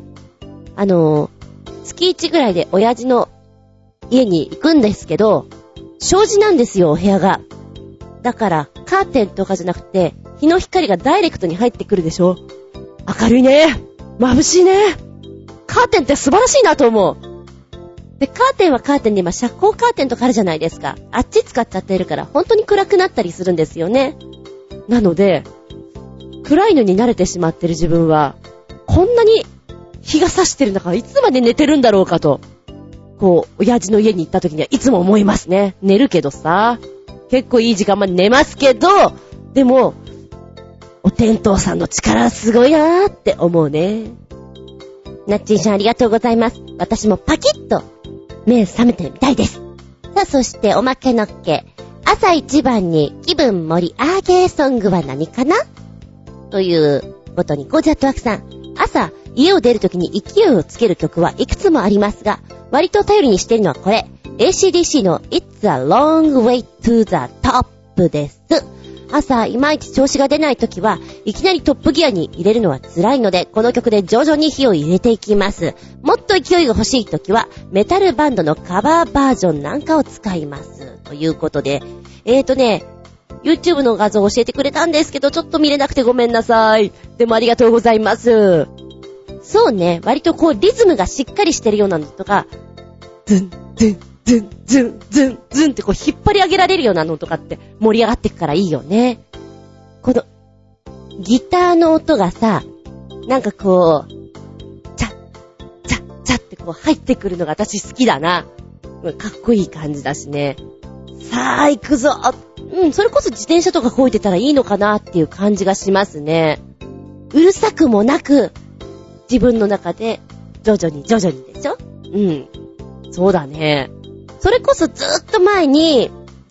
月1ぐらいで親父の家に行くんですけど、障子なんですよ、お部屋が。だから、カーテンとかじゃなくて、日の光がダイレクトに入ってくるでしょ。明るいね。眩しいね。カーテンって素晴らしいなと思う。で、カーテンはカーテンで今、遮光カーテンとかあるじゃないですか。あっち使っちゃってるから、本当に暗くなったりするんですよね。なので、暗いのに慣れてしまってる自分は、こんなに日が差してる中、いつまで寝てるんだろうかと、こう、親父の家に行った時にはいつも思いますね。寝るけどさ、結構いい時間まで寝ますけど、でも、お天道さんの力すごいなーって思うね。なっちんさんありがとうございます。私もパキッと目覚めてみたいです。さあ、そしておまけのっけ。朝一番に気分盛り上げソングは何かなということに、ゴージャットワークさん。朝、家を出るときに勢いをつける曲はいくつもありますが、割と頼りにしているのはこれ。AC/DC の It's a Long Way to the Top です。朝、いまいち調子が出ないときは、いきなりトップギアに入れるのは辛いので、この曲で徐々に火を入れていきます。もっと勢いが欲しいときは、メタルバンドのカバーバージョンなんかを使います。ということで、YouTube の画像を教えてくれたんですけど、ちょっと見れなくてごめんなさい。でもありがとうございます。そうね、割とこうリズムがしっかりしてるようなのとか、ズン、ズン、ズン、ズン、ズン、ズンってこう引っ張り上げられるようなのとかって盛り上がってくからいいよね。この、ギターの音がさ、なんかこう、チャッ、チャッ、チャッってこう入ってくるのが私好きだな。かっこいい感じだしね。さあ行くぞ。それこそ自転車とか漕いでたらいいのかなっていう感じがしますね。うるさくもなく、自分の中で徐々にでしょ？そうだね。それこそずっと前に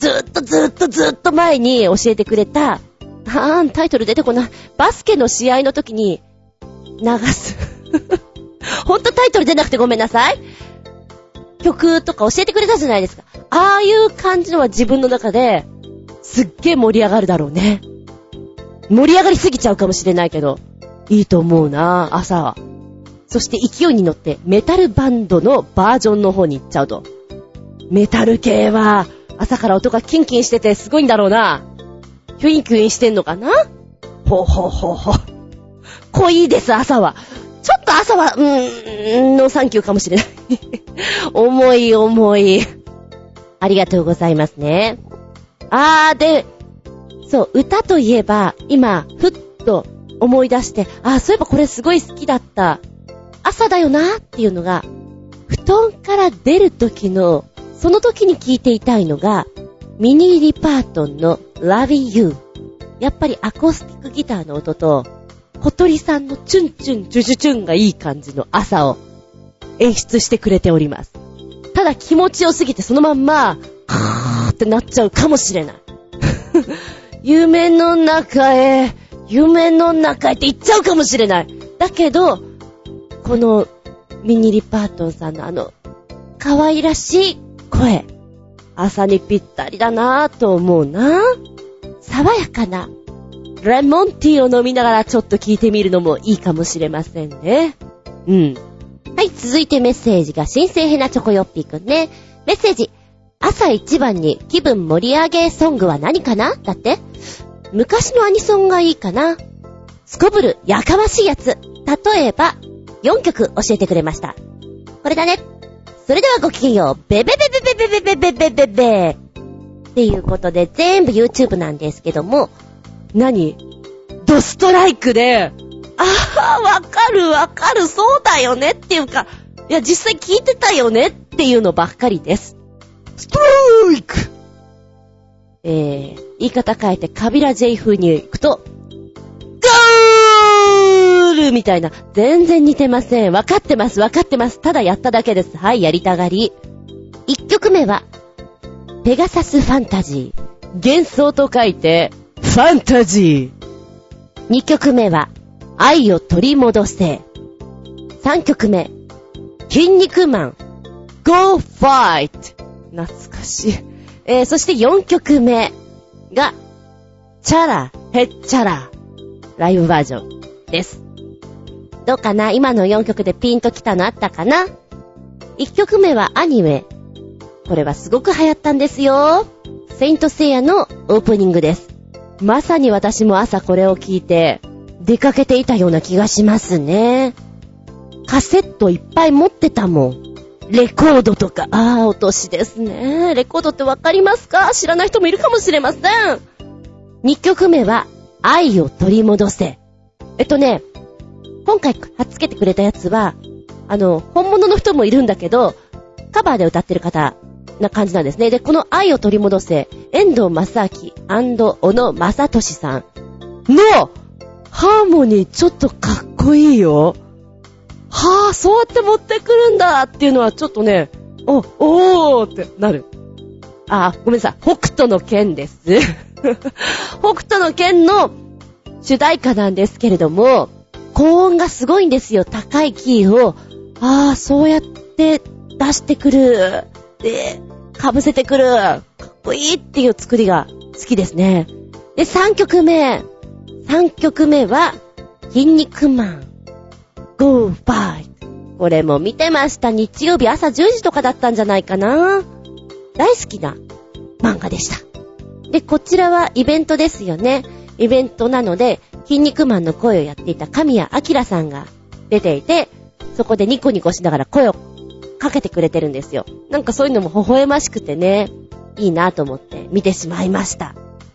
教えてくれた、タイトル出てこない。バスケの試合の時に流す。ほんとタイトル出なくてごめんなさい。曲とか教えてくれたじゃないですか。ああいう感じのは自分の中ですっげー盛り上がるだろうね。盛り上がりすぎちゃうかもしれないけど、いいと思うな、朝は。そして勢いに乗ってメタルバンドのバージョンの方に行っちゃうと。メタル系は朝から音がキンキンしててすごいんだろうな。キュインキュインしてんのかな。ほう。濃いです、朝は。ちょっと朝は、ノーサンキューかもしれない。重い。ありがとうございますね。で、そう、歌といえば、今、ふっと思い出して、そういえばこれすごい好きだった。朝だよなっていうのが、布団から出る時の、その時に聴いていたいのが、ミニー・リパートンの Loving You。やっぱりアコースティックギターの音と、小鳥さんのチュンチュンチュチュチュンがいい感じの朝を演出してくれております。ただ気持ちよすぎてそのまんま、カーってなっちゃうかもしれない。夢の中へって言っちゃうかもしれない。だけど、このミニ・リパートンさんの可愛らしい声、朝にぴったりだなぁと思うな。爽やかなレモンティーを飲みながらちょっと聞いてみるのもいいかもしれませんね。はい、続いてメッセージが新生ヘナチョコヨッピーくんね。メッセージ。朝一番に気分盛り上げソングは何かな？だって。昔のアニソンがいいかな。すこぶるやかましいやつ。例えば、4曲教えてくれました。これだね。それではごきげんよう。ベベベベベベベベベベベベっていうことで全部 YouTube なんですけども、ドストライクで、わかる、そうだよねっていうか、いや実際聞いてたよねっていうのばっかりです。ストライク！い言い方変えてカビラ J 風に行くと、ゴールみたいな。全然似てません。わかってます。ただやっただけです。はい、やりたがり。1曲目は、ペガサスファンタジー。幻想と書いて、ファンタジー。2曲目は、愛を取り戻せ。3曲目、筋肉マン。Go Fight。懐かしい。そして4曲目が、チャラ、ヘッチャラ。ライブバージョンです。どうかな？今の4曲でピンときたのあったかな？ 1 曲目はアニメ。これはすごく流行ったんですよ。セイントセイヤのオープニングです。まさに私も朝これを聞いて出かけていたような気がしますね。カセットいっぱい持ってたもん。レコードとか。お年ですね。レコードってわかりますか？知らない人もいるかもしれません。2曲目は愛を取り戻せ。今回貼っつけてくれたやつは本物の人もいるんだけどカバーで歌ってる方な感じなんですね。で、この愛を取り戻せ、遠藤正明&小野正俊さんのハーモニーちょっとかっこいいよ。はぁ、そうやって持ってくるんだっていうのはちょっとね、おーってなる。ごめんなさい。北斗の拳です。北斗の拳の主題歌なんですけれども、高音がすごいんですよ。高いキーを。そうやって出してくる。で、被せてくる。かっこいいっていう作りが好きですね。で、3曲目は、筋肉マン。Go Fight。これも見てました。日曜日朝10時とかだったんじゃないかな。大好きな漫画でした。で、こちらはイベントですよね。イベントなので、筋肉マンの声をやっていた神谷明さんが出ていて、そこでニコニコしながら声をかけてくれてるんですよ。なんかそういうのも微笑ましくてね、いいなと思って見てしまいました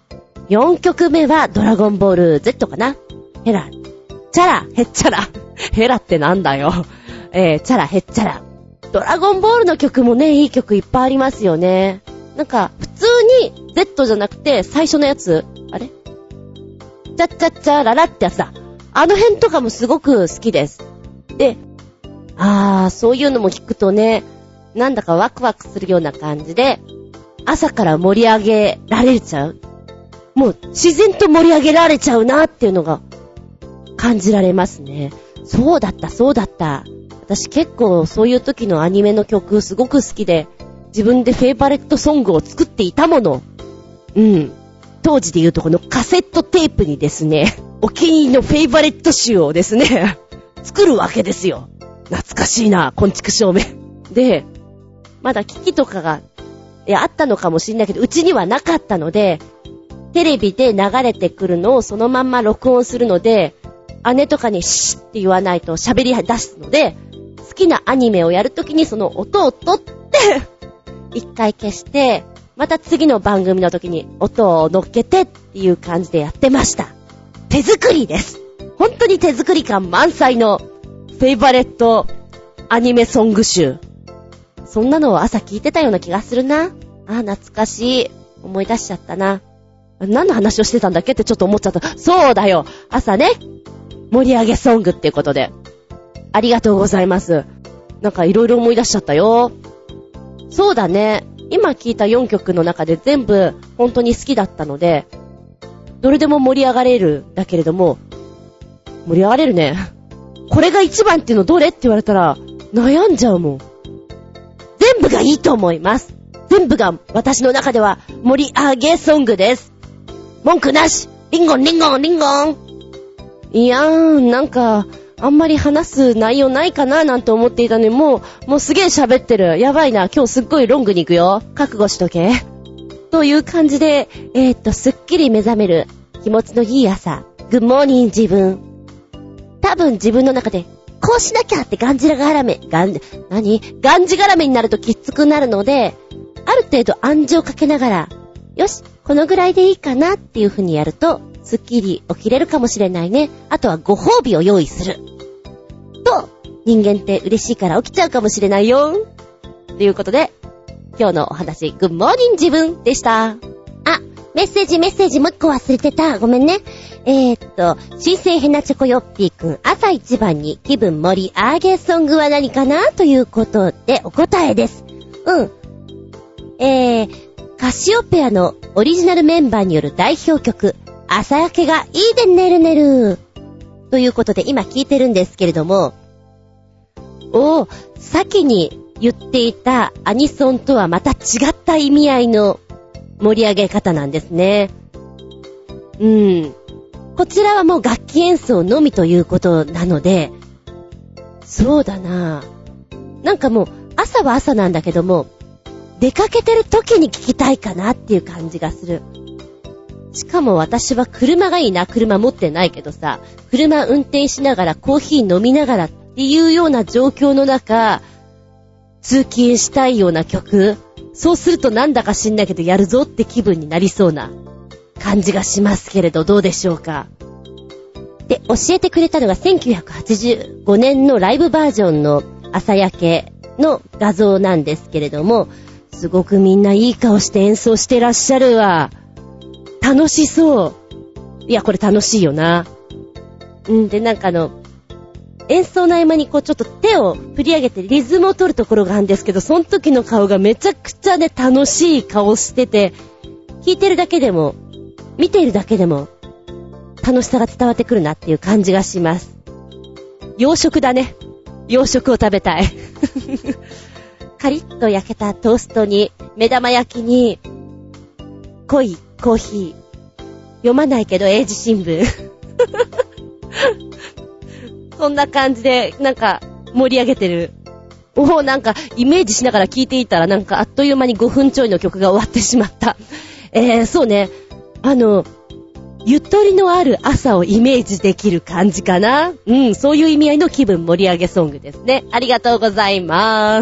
。4曲目はドラゴンボール Z かな。ヘラ、チャラ、ヘッチャラ。ヘラってなんだよ。チャラ、ヘッチャラ。ドラゴンボールの曲もね、いい曲いっぱいありますよね。なんか普通に Z じゃなくて最初のやつ、あれ？チャッチャッチャララってやつだ。あの辺とかもすごく好きです。で、そういうのも聞くとね、なんだかワクワクするような感じで、朝から盛り上げられちゃう。もう自然と盛り上げられちゃうなっていうのが感じられますね。そうだった。私結構そういう時のアニメの曲すごく好きで、自分でフェイバレットソングを作っていたもの。当時で言うとこのカセットテープにですね、お気に入りのフェイバレット集をですね、作るわけですよ。懐かしいな、昆虫照明。で、まだ機器とかが、あったのかもしれないけど、うちにはなかったので、テレビで流れてくるのをそのまんま録音するので、姉とかにシーって言わないと喋り出すので、好きなアニメをやるときにその音を取って、一回消して、また次の番組の時に音を乗っけてっていう感じでやってました。手作りです。本当に手作り感満載のフェイバレットアニメソング集。そんなのを朝聞いてたような気がするな。懐かしい。思い出しちゃったな。何の話をしてたんだっけってちょっと思っちゃった。そうだよ。朝ね、盛り上げソングっていうことで。ありがとうございます。なんかいろいろ思い出しちゃったよ。そうだね。今聞いた4曲の中で全部本当に好きだったので、どれでも盛り上がれるだけれども、盛り上がれるね。これが一番っていうのどれって言われたら悩んじゃうもん。全部がいいと思います。全部が私の中では盛り上げソングです。文句なし。リンゴンリンゴンリンゴン。いやー、なんかあんまり話す内容ないかななんて思っていたのに、もうすげー喋ってる。やばいな。今日すっごいロングに行くよ。覚悟しとけ。という感じで、すっきり目覚める気持ちのいい朝。グッモーニン自分。多分自分の中で、こうしなきゃってがんじがらめになるときつくなるので、ある程度暗示をかけながら、よし、このぐらいでいいかなっていう風にやると、すっきり起きれるかもしれないね。あとはご褒美を用意する。と、人間って嬉しいから起きちゃうかもしれないよ。ということで、今日のお話、グッモーニン自分でした。 メッセージもう一個忘れてた。ごめんね。新生ヘナチョコヨッピーくん、朝一番に気分盛り上げソングは何かなということでお答えです。カシオペアのオリジナルメンバーによる代表曲、朝焼けがいいでねるねる。ということで今聞いてるんですけれども、先に言っていたアニソンとはまた違った意味合いの盛り上げ方なんですね。こちらはもう楽器演奏のみということなので、そうだな。なんかもう朝は朝なんだけども、出かけてる時に聞きたいかなっていう感じがする。しかも私は車がいいな。車持ってないけどさ、車運転しながらコーヒー飲みながらっていうような状況の中、通勤したいような曲、そうするとなんだか知んないけどやるぞって気分になりそうな感じがしますけれど、どうでしょうか。で、教えてくれたのが1985年のライブバージョンの朝焼けの画像なんですけれども、すごくみんないい顔して演奏してらっしゃるわ。楽しそう。いや、これ楽しいよな。で、なんか演奏の合間にこうちょっと手を振り上げてリズムを取るところがあるんですけど、その時の顔がめちゃくちゃね、楽しい顔してて、聞いてるだけでも、見ているだけでも、楽しさが伝わってくるなっていう感じがします。洋食だね。洋食を食べたい。カリッと焼けたトーストに、目玉焼きに、濃いコーヒー。読まないけど英字新聞。そんな感じで、なんか、盛り上げてる。なんか、イメージしながら聞いていたら、なんか、あっという間に5分ちょいの曲が終わってしまった。そうね。ゆとりのある朝をイメージできる感じかな。そういう意味合いの気分盛り上げソングですね。ありがとうございます。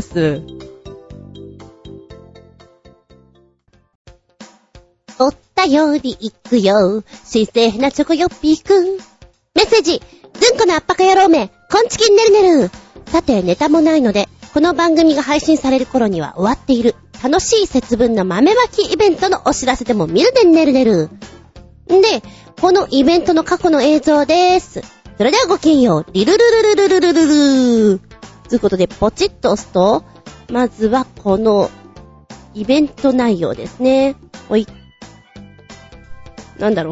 おったより行くよ。新生ヘナチョコヨッピーくん。メッセージ。ずんこのあっぱか野郎め。こんちきんねるねる。さて、ネタもないので、この番組が配信される頃には終わっている。楽しい節分の豆まきイベントのお知らせでも見るでねるねる。で、このイベントの過去の映像です。それではごきげんよう。リルルルルルルルルル。ということで、ポチッと押すと、まずはこのイベント内容ですね。なんだろう。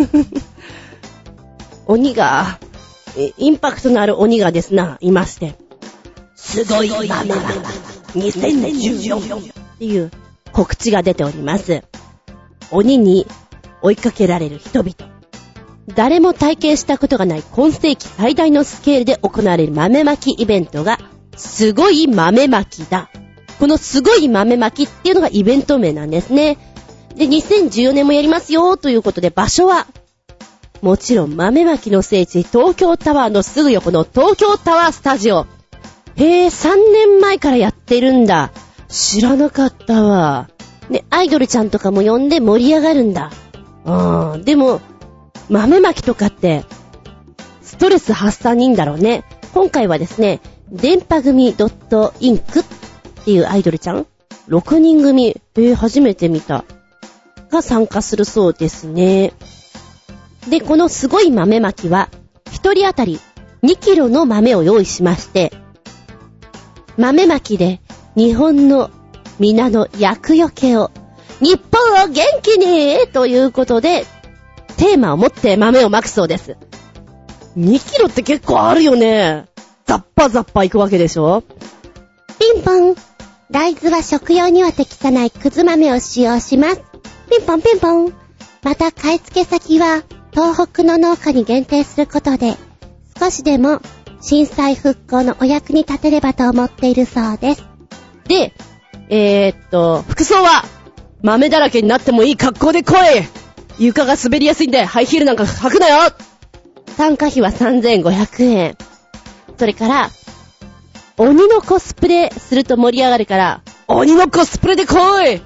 鬼が、インパクトのある鬼がですな、いまして。すごい豆まき2014っていう告知が出ております。鬼に追いかけられる人々。誰も体験したことがない今世紀最大のスケールで行われる豆まきイベントが、すごい豆まきだ。このすごい豆まきっていうのがイベント名なんですね。で、2014年もやりますよということで、場所は、もちろん豆まきの聖地、東京タワーのすぐ横の東京タワースタジオ。3年前からやってるんだ。知らなかったわ。ね、アイドルちゃんとかも呼んで盛り上がるんだ。でも、豆まきとかって、ストレス発散にいいんだろうね。今回はですね、電波組 .inc っていうアイドルちゃん ?6 人組。初めて見た。が参加するそうですね。で、このすごい豆まきは、一人当たり2キロの豆を用意しまして、豆まきで日本の皆の厄除けを、日本を元気にということで、テーマを持って豆をまくそうです。2キロって結構あるよね。ザッパザッパいくわけでしょ。ピンポン。大豆は食用には適さないくず豆を使用します。ピンポンピンポン。また買い付け先は東北の農家に限定することで、少しでも震災復興のお役に立てればと思っているそうです。で、服装は豆だらけになってもいい格好で来い。床が滑りやすいんでハイヒールなんか履くなよ。参加費は3500円。それから、鬼のコスプレすると盛り上がるから、鬼のコスプレで来い。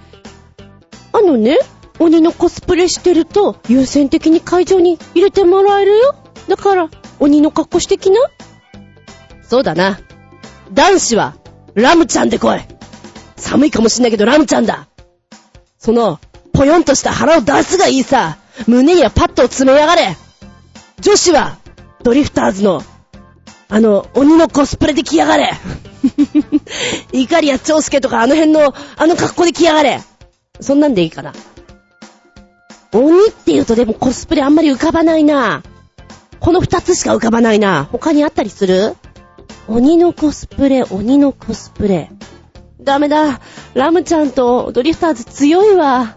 鬼のコスプレしてると優先的に会場に入れてもらえるよ。だから鬼の格好してきな。そうだな。男子はラムちゃんで来い。寒いかもしんないけどラムちゃんだ。そのぽよんとした腹を出すがいいさ。胸にはパッドを詰めやがれ。女子はドリフターズの鬼のコスプレで来やがれ。イカリア長介とか辺の格好で来やがれ。そんなんでいいかな。鬼って言うとでもコスプレあんまり浮かばないな。この2つしか浮かばないな。他にあったりする？鬼のコスプレ。ダメだ。ラムちゃんとドリフターズ強いわ。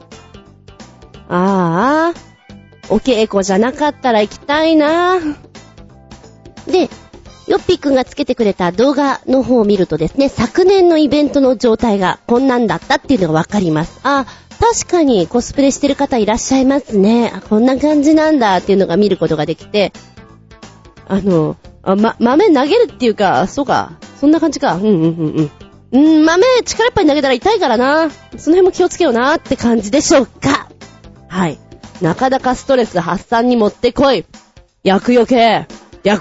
お稽古じゃなかったら行きたいな。で、ヨッピーくんがつけてくれた動画の方を見るとですね、昨年のイベントの状態がこんなんだったっていうのがわかります。確かにコスプレしてる方いらっしゃいますね。こんな感じなんだっていうのが見ることができて、豆投げるっていうか、そうか、そんな感じか。豆力いっぱい投げたら痛いからな。その辺も気をつけようなって感じでしょうか。はい。なかなかストレス発散に持ってこい。厄除け。ザ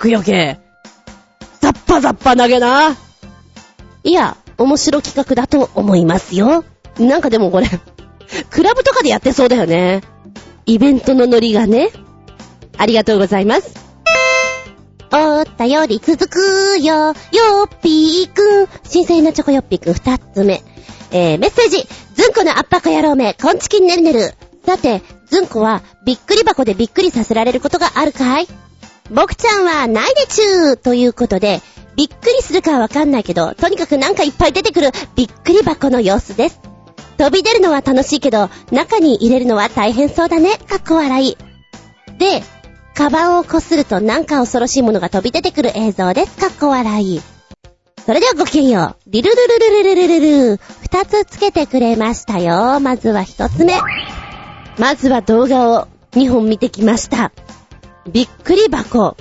ッパ投げな。いや、面白企画だと思いますよ。なんかでもこれ、クラブとかでやってそうだよね。イベントのノリがね。ありがとうございます。お便り続くよ、よっぴーくん。新鮮なチョコよっぴーくん2つ目。メッセージ。ずんこのあっぱか野郎め、こんちきんねるねる。さて、ずんこはびっくり箱でびっくりさせられることがあるかい？僕ちゃんはないでちゅーということで、びっくりするかはわかんないけど、とにかくなんかいっぱい出てくるびっくり箱の様子です。飛び出るのは楽しいけど、中に入れるのは大変そうだね。かっこ笑い。で、カバンをこするとなんか恐ろしいものが飛び出てくる映像です。かっこ笑い。それではごきげんよう。リルルルルルルルルル。2つつけてくれましたよ。まずは1つ目。まずは動画を2本見てきました。びっくり箱。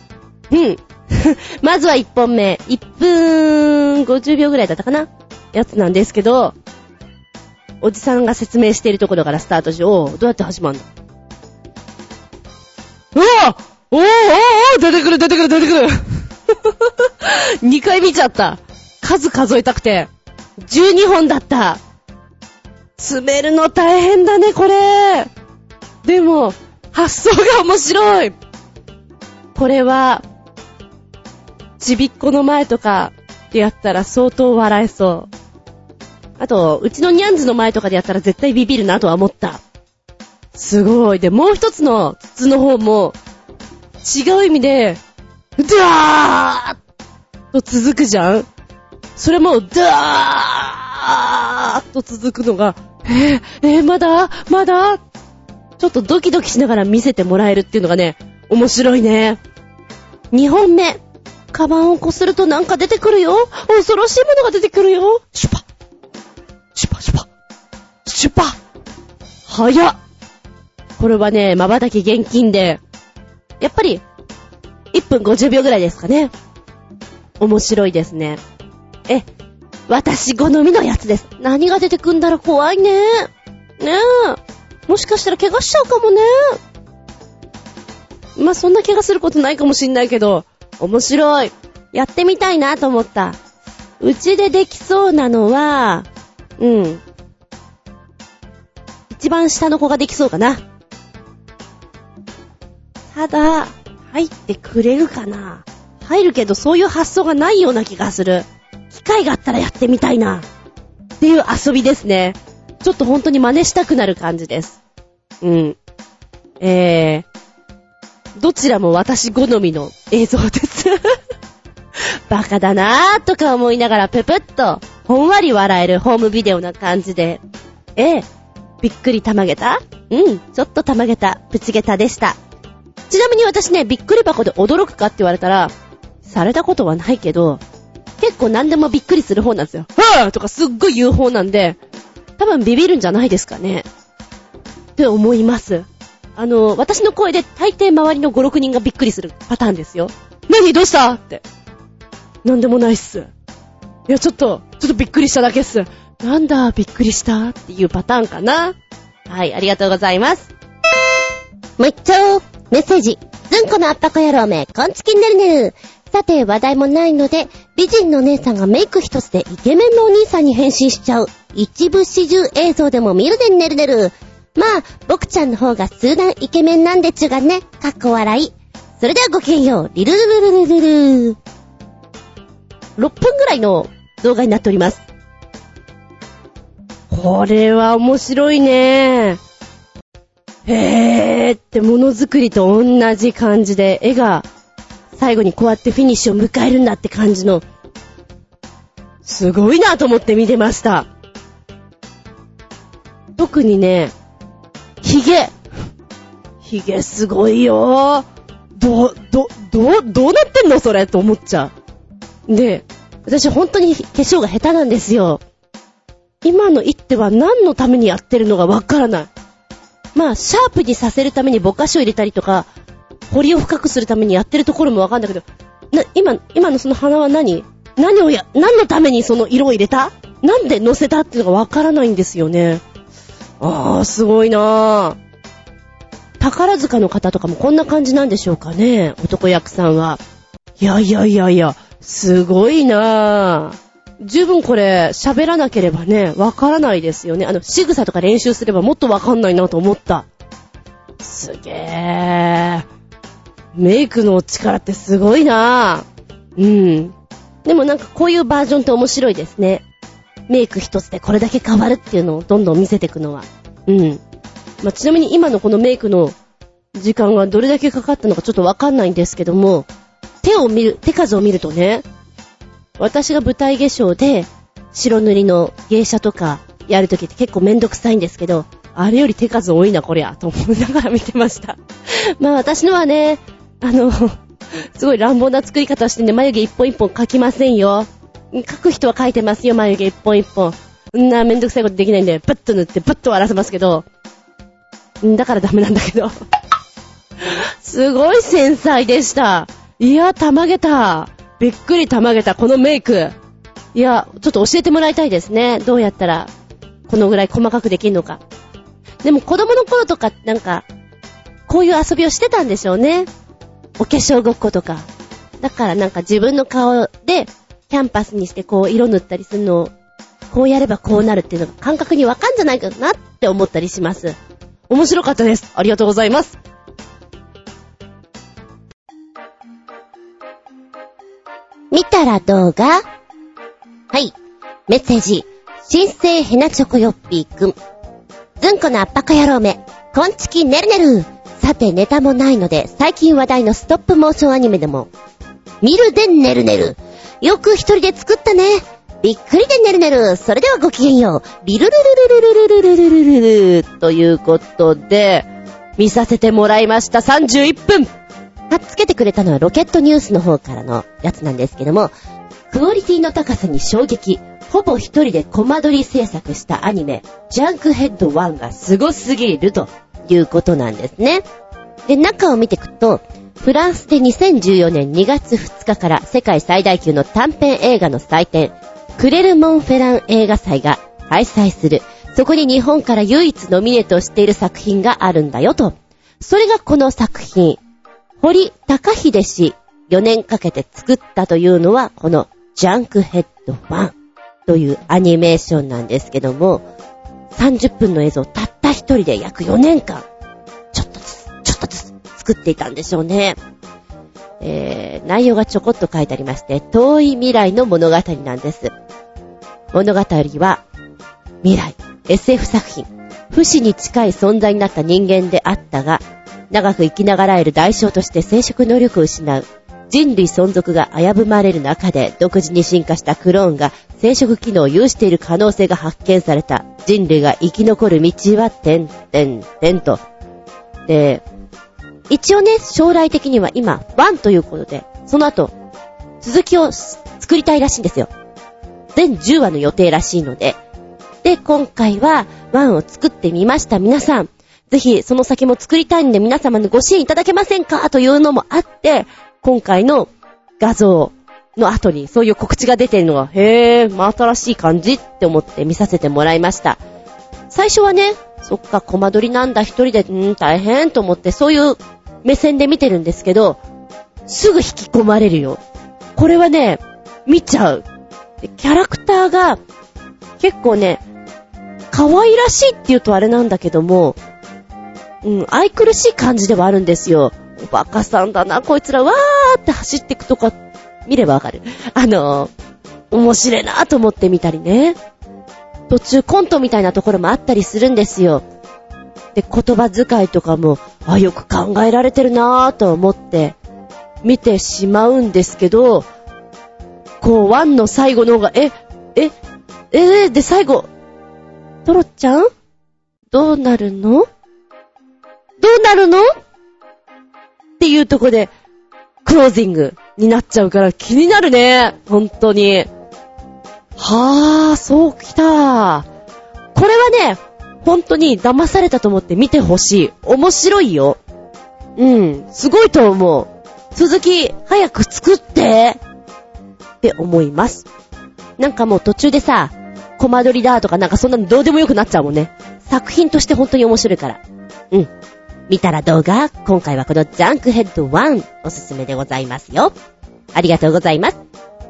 まずは1本目。1分50秒ぐらいだったかなやつなんですけど、おじさんが説明しているところからスタートし、どうやって始まるの？出てくる2回見ちゃった。数えたくて12本だった。詰めるの大変だねこれ。でも発想が面白い。これはちびっこの前とかでやったら相当笑えそう。あとうちのニャンズの前とかでやったら絶対ビビるなとは思った。すごい。でもう一つの筒の方も違う意味でドワーッと続くじゃん。それもドワーッと続くのがまだちょっとドキドキしながら見せてもらえるっていうのがね、面白いね。2本目。カバンをこするとなんか出てくるよ。恐ろしいものが出てくるよ。シュパ早っ。これはね、瞬き厳禁で、やっぱり1分50秒ぐらいですかね。面白いですね。私好みのやつです。何が出てくんだろう、怖いね。もしかしたら怪我しちゃうかもね。そんな怪我することないかもしんないけど、面白い。やってみたいなと思った。うちでできそうなのは、一番下の子ができそうかな。ただ、入ってくれるかな。入るけどそういう発想がないような気がする。機会があったらやってみたいな。っていう遊びですね。ちょっと本当に真似したくなる感じです。どちらも私好みの映像です。バカだなーとか思いながらププッとほんわり笑えるホームビデオな感じで。びっくりたまげた？ちょっとたまげた、プチゲタでした。ちなみに私ね、びっくり箱で驚くかって言われたら、されたことはないけど、結構何でもびっくりする方なんですよ。とかすっごい言う方なんで、多分ビビるんじゃないですかね。って思います。私の声で大抵周りの5、6人がびっくりするパターンですよ。何どうしたって。なんでもないっす。いや、ちょっとびっくりしただけっす。なんだ、びっくりしたっていうパターンかな。はい、ありがとうございます。もう一丁、メッセージ。ずんこのあっぱこ野郎め、こんちきんねるねる。さて、話題もないので、美人の姉さんがメイク一つでイケメンのお兄さんに変身しちゃう、一部始終映像でも見るでねるねる。 まあ、僕ちゃんの方が数段イケメンなんでちゅがね。かっこ笑い。それではごきげんよう。リルルルルルルル。6分ぐらいの動画になっております。これは面白いね。へーってものづくりと同じ感じで、絵が最後にこうやってフィニッシュを迎えるんだって感じの、すごいなと思って見てました。特にね、ヒゲすごいよ。どうなってんのそれと思っちゃう。で、私本当に化粧が下手なんですよ。今の一手は何のためにやってるのかわからない。まあ、シャープにさせるためにぼかしを入れたりとか、彫りを深くするためにやってるところもわかんないけど、今のその鼻は何のためにその色を入れた？なんで乗せたっていうのがわからないんですよね。すごいなぁ。宝塚の方とかもこんな感じなんでしょうかね、男役さんは。いや、すごいなぁ。十分これ喋らなければね、わからないですよね。仕草とか練習すればもっとわかんないなと思った。すげー。メイクの力ってすごいなぁ。でもなんかこういうバージョンって面白いですね。メイク一つでこれだけ変わるっていうのをどんどん見せていくのは。まあ、ちなみに今のこのメイクの時間がどれだけかかったのかちょっとわかんないんですけども、手数を見るとね、私が舞台化粧で白塗りの芸者とかやるときって結構めんどくさいんですけど、あれより手数多いなこりゃと思いながら見てました。まあ私のはね、すごい乱暴な作り方してね、眉毛一本一本描きませんよ。描く人は描いてますよ、眉毛一本一本。めんどくさいことできないんで、ブッと塗ってブッと割らせますけど、だからダメなんだけど。すごい繊細でした。いや、たまげた。びっくりたまげた、このメイク。いや、ちょっと教えてもらいたいですね。どうやったら、このぐらい細かくできるのか。でも子供の頃とか、なんか、こういう遊びをしてたんでしょうね。お化粧ごっことか。だからなんか自分の顔で、キャンパスにしてこう色塗ったりするのを、こうやればこうなるっていうのが感覚にわかんじゃないかなって思ったりします。面白かったです。ありがとうございます。見たら動画？はい。メッセージ。新生ヘナチョコヨッピーくん。ずんこのアッパカ野郎め。こんちきねるねる。さてネタもないので、最近話題のストップモーションアニメでも、見るでねるねる。よく一人で作ったね。びっくりでねるねる。それではごきげんよう。リルルルルルルルルルルルルということで、見させてもらいました。31分。つけてくれたのはロケットニュースの方からのやつなんですけども、クオリティの高さに衝撃。ほぼ一人でコマ撮り制作したアニメ、ジャンクヘッド1がすごすぎるということなんですね。で、中を見ていくと、フランスで2014年2月2日から世界最大級の短編映画の祭典、クレルモンフェラン映画祭が開催する。そこに日本から唯一ノミネートしている作品があるんだよと。それがこの作品。堀高秀氏4年かけて作ったというのはこのジャンクヘッド1というアニメーションなんですけども、30分の映像たった一人で約4年間ちょっとずつ作っていたんでしょうね。内容がちょこっと書いてありまして、遠い未来の物語なんです。物語は未来 SF 作品、不死に近い存在になった人間であったが、長く生きながらえる代償として生殖能力を失う。人類存続が危ぶまれる中で独自に進化したクローンが生殖機能を有している可能性が発見された。人類が生き残る道はと。で、一応ね、将来的には今1ということで、その後続きを作りたいらしいんですよ。全10話の予定らしいので、で今回は1を作ってみました。皆さんぜひその先も作りたいんで皆様のご支援いただけませんかというのもあって、今回の画像の後にそういう告知が出てるのが、新しい感じって思って見させてもらいました。最初はね、そっかコマ撮りなんだ一人で大変と思ってそういう目線で見てるんですけど、すぐ引き込まれるよ。これはね、見ちゃう。キャラクターが結構ね、 可愛らしいって言うとあれなんだけども、愛くるしい感じではあるんですよ。おバカさんだな、こいつら、わーって走っていくとか、見ればわかる。面白いなと思ってみたりね。途中コントみたいなところもあったりするんですよ。で、言葉遣いとかも、よく考えられてるなと思って、見てしまうんですけど、こう、ワンの最後の方が、で、最後、トロちゃんどうなるのっていうとこで、クロージングになっちゃうから気になるね。本当に。そうきた。これはね、本当に騙されたと思って見てほしい。面白いよ。すごいと思う。続き、早く作ってって思います。なんかもう途中でさ、コマ撮りだとかなんかそんなのどうでもよくなっちゃうもんね。作品として本当に面白いから。見たら動画、今回はこのジャンクヘッド1おすすめでございますよ。ありがとうございます。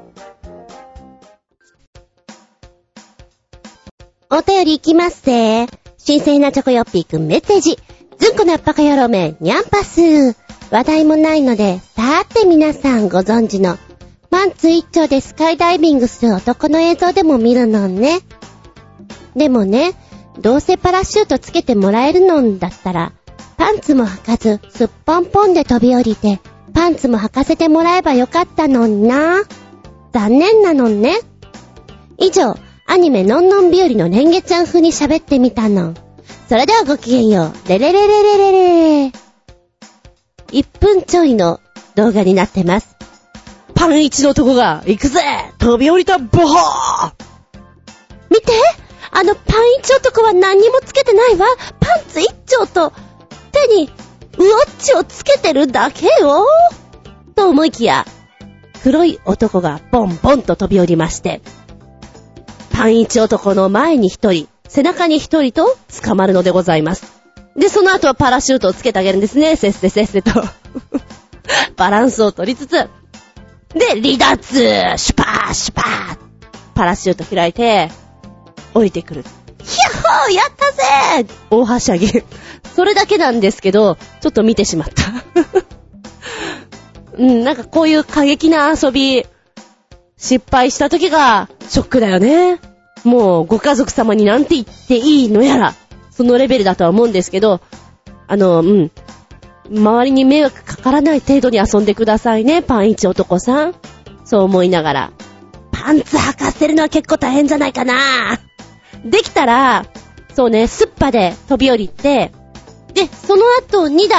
お便りいきますぜ。新鮮なチョコヨッピーくんメッセージ。ずんこのアッパカ野郎め、ニャンパス。話題もないので、さーて皆さんご存知の、パンツ一丁でスカイダイビングする男の映像でも見るのね。でもね、どうせパラシュートつけてもらえるのだったら、パンツも履かず、すっぽんぽんで飛び降りて、パンツも履かせてもらえばよかったのにな。残念なのね。以上、アニメのんのん日和のレンゲちゃん風に喋ってみたの。それではごきげんよう。レレレレレレレ。1分ちょいの動画になってます。パン一の男が、行くぜ飛び降りたボホー。見て、パン一男は何にもつけてないわ。パンツ一丁と、手にウォッチをつけてるだけよと思いきや、黒い男がボンボンと飛び降りまして、パン一男の前に一人、背中に一人と捕まるのでございます。で、その後はパラシュートをつけてあげるんですね。せっせせっせとバランスを取りつつ、で、離脱シュパーシュパーパラシュート開いて降りてくる。ヒャッホーやったぜ大はしゃぎ。それだけなんですけど、ちょっと見てしまったなんかこういう過激な遊び失敗した時がショックだよね。もうご家族様になんて言っていいのやら、そのレベルだとは思うんですけど、周りに迷惑かからない程度に遊んでくださいね、パン一男さん。そう思いながら、パンツ履かせるのは結構大変じゃないかな。できたら、そうね、スッパで飛び降りて、で、その後に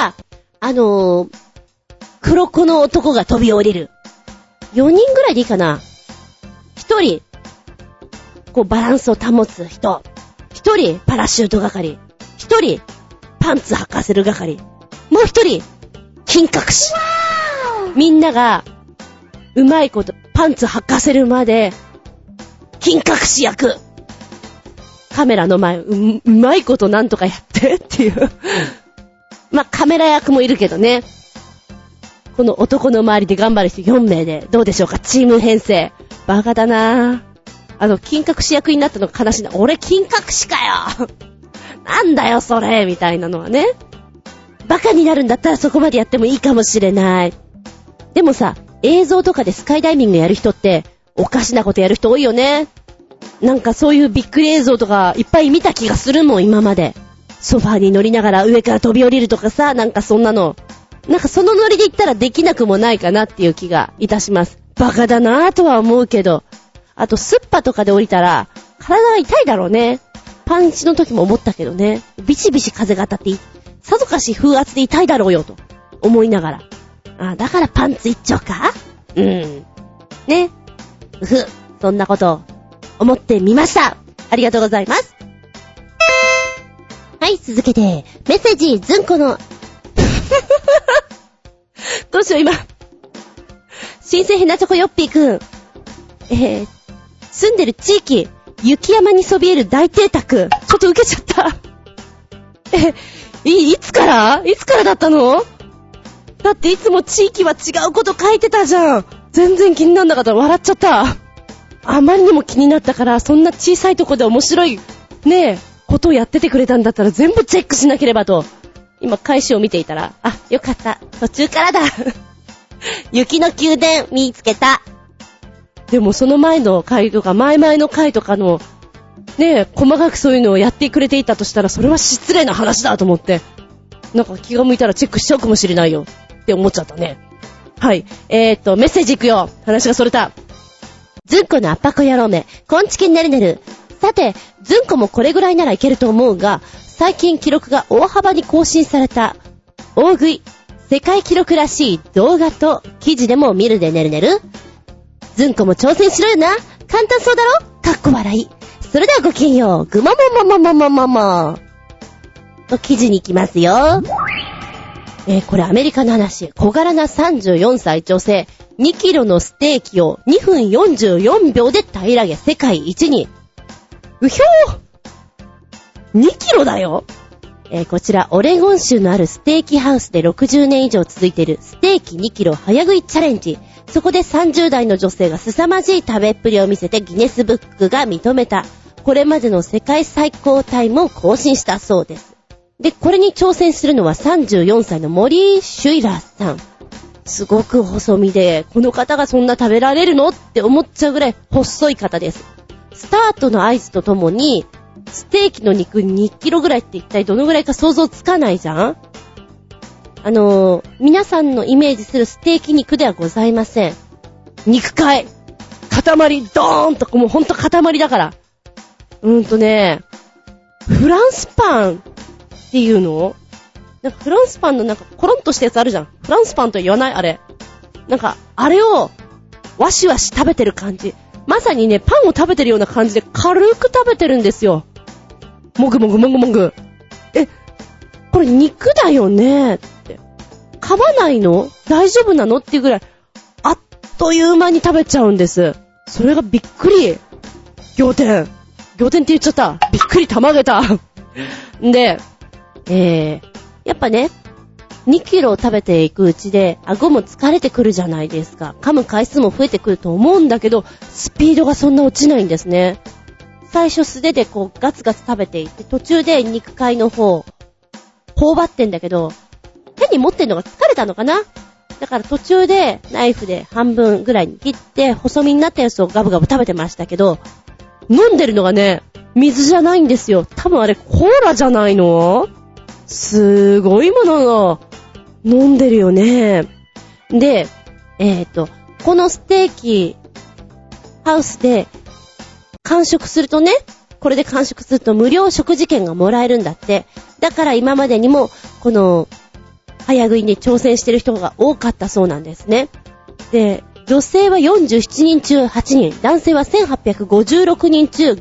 黒子の男が飛び降りる。4人ぐらいでいいかな。1人、こうバランスを保つ人。1人、パラシュート係。1人、パンツ履かせる係。もう1人、金隠し。みんなが、うまいこと、パンツ履かせるまで、金隠し役。カメラの前、うまいことなんとかやってっていう。まあ、カメラ役もいるけどね。この男の周りで頑張る人4名で、どうでしょうか、チーム編成。バカだなぁ。金隠し役になったのが悲しいな。俺金隠しかよなんだよそれみたいなのはね。バカになるんだったらそこまでやってもいいかもしれない。でもさ、映像とかでスカイダイビングやる人って、おかしなことやる人多いよね。なんかそういうびっくり映像とかいっぱい見た気がするもん、今まで。ソファーに乗りながら上から飛び降りるとかさ、なんかそんなの。なんかそのノリで言ったらできなくもないかなっていう気がいたします。バカだなぁとは思うけど。あとスッパとかで降りたら、体が痛いだろうね。パンチの時も思ったけどね。ビシビシ風が当たって、さぞかし風圧で痛いだろうよと思いながら。だからパンツ一丁か？ね。そんなことを思ってみました。ありがとうございます。はい、続けて、メッセージ、ずんこの、どうしよう今。新鮮なチョコヨッピーくん。住んでる地域、雪山にそびえる大邸宅。ちょっと受けちゃった。いつからだったの？だっていつも地域は違うこと書いてたじゃん。全然気になんなかった。笑っちゃった。あまりにも気になったから、そんな小さいとこで面白い、ねえ、 ことをやっててくれたんだったら全部チェックしなければと、今開始を見ていたら、あ、よかった。途中からだ。雪の宮殿見つけた。でもその前の回とか、前々の回とかの、ね、細かくそういうのをやってくれていたとしたら、それは失礼な話だと思って、なんか気が向いたらチェックしちゃうかもしれないよって思っちゃったね。はい。メッセージいくよ。話がそれた。ずんこの圧迫野郎め、こんちきねるねる。さて、ずんこもこれぐらいならいけると思うが、最近記録が大幅に更新された、大食い、世界記録らしい動画と記事でも見るでねるねる。ずんこも挑戦しろよな。簡単そうだろ？かっこ笑い。それではごきげんよう。ぐもももももももも。と記事に行きますよ。これアメリカの話。小柄な34歳女性。2キロのステーキを2分44秒で平らげ世界一に。うひょー !2 キロだよ。こちらオレゴン州のあるステーキハウスで60年以上続いているステーキ2キロ早食いチャレンジ。そこで30代の女性が凄まじい食べっぷりを見せてギネスブックが認めた。これまでの世界最高タイムを更新したそうです。で、これに挑戦するのは34歳のモリー・シュイラーさん。すごく細身で、この方がそんな食べられるのって思っちゃうぐらい細い方です。スタートの合図とともに、ステーキの肉2キロぐらいって一体どのぐらいか想像つかないじゃん？皆さんのイメージするステーキ肉ではございません。肉塊塊ドーンともうほんと塊だから。フランスパンっていうの？なんかフランスパンのなんかコロンとしたやつあるじゃん。フランスパンと言わないあれ。なんかあれをわしわし食べてる感じ。まさにね、パンを食べてるような感じで軽く食べてるんですよ。もぐもぐもぐもぐ。これ肉だよねって。噛まないの？大丈夫なのっていうぐらい、あっという間に食べちゃうんです。それがびっくり。仰天って言っちゃった。びっくりたまげた。で、やっぱね、2キロ食べていくうちで、顎も疲れてくるじゃないですか。噛む回数も増えてくると思うんだけど、スピードがそんな落ちないんですね。最初素手でこうガツガツ食べていって、途中で肉塊の方、頬張ってんだけど、手に持ってんのが疲れたのかな？だから途中でナイフで半分ぐらいに切って、細身になったやつをガブガブ食べてましたけど、飲んでるのがね、水じゃないんですよ。多分あれコーラじゃないの？すごいものを飲んでるよね。で、このステーキハウスで完食するとね、これで完食すると無料食事券がもらえるんだって。だから今までにもこの早食いに挑戦してる人が多かったそうなんですね。で、女性は47人中8人、男性は1856人中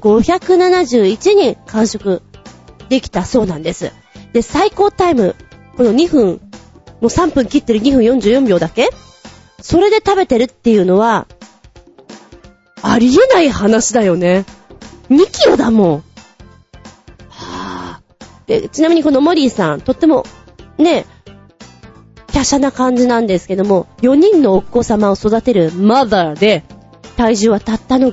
571人完食できたそうなんです。で、最高タイム、この2分、もう3分切ってる2分44秒だけ？それで食べてるっていうのは、ありえない話だよね。2キロだもん。はぁ。で、ちなみにこのモリーさん、とっても、ね、華奢な感じなんですけども、4人のお子様を育てるマザーで、体重はたったの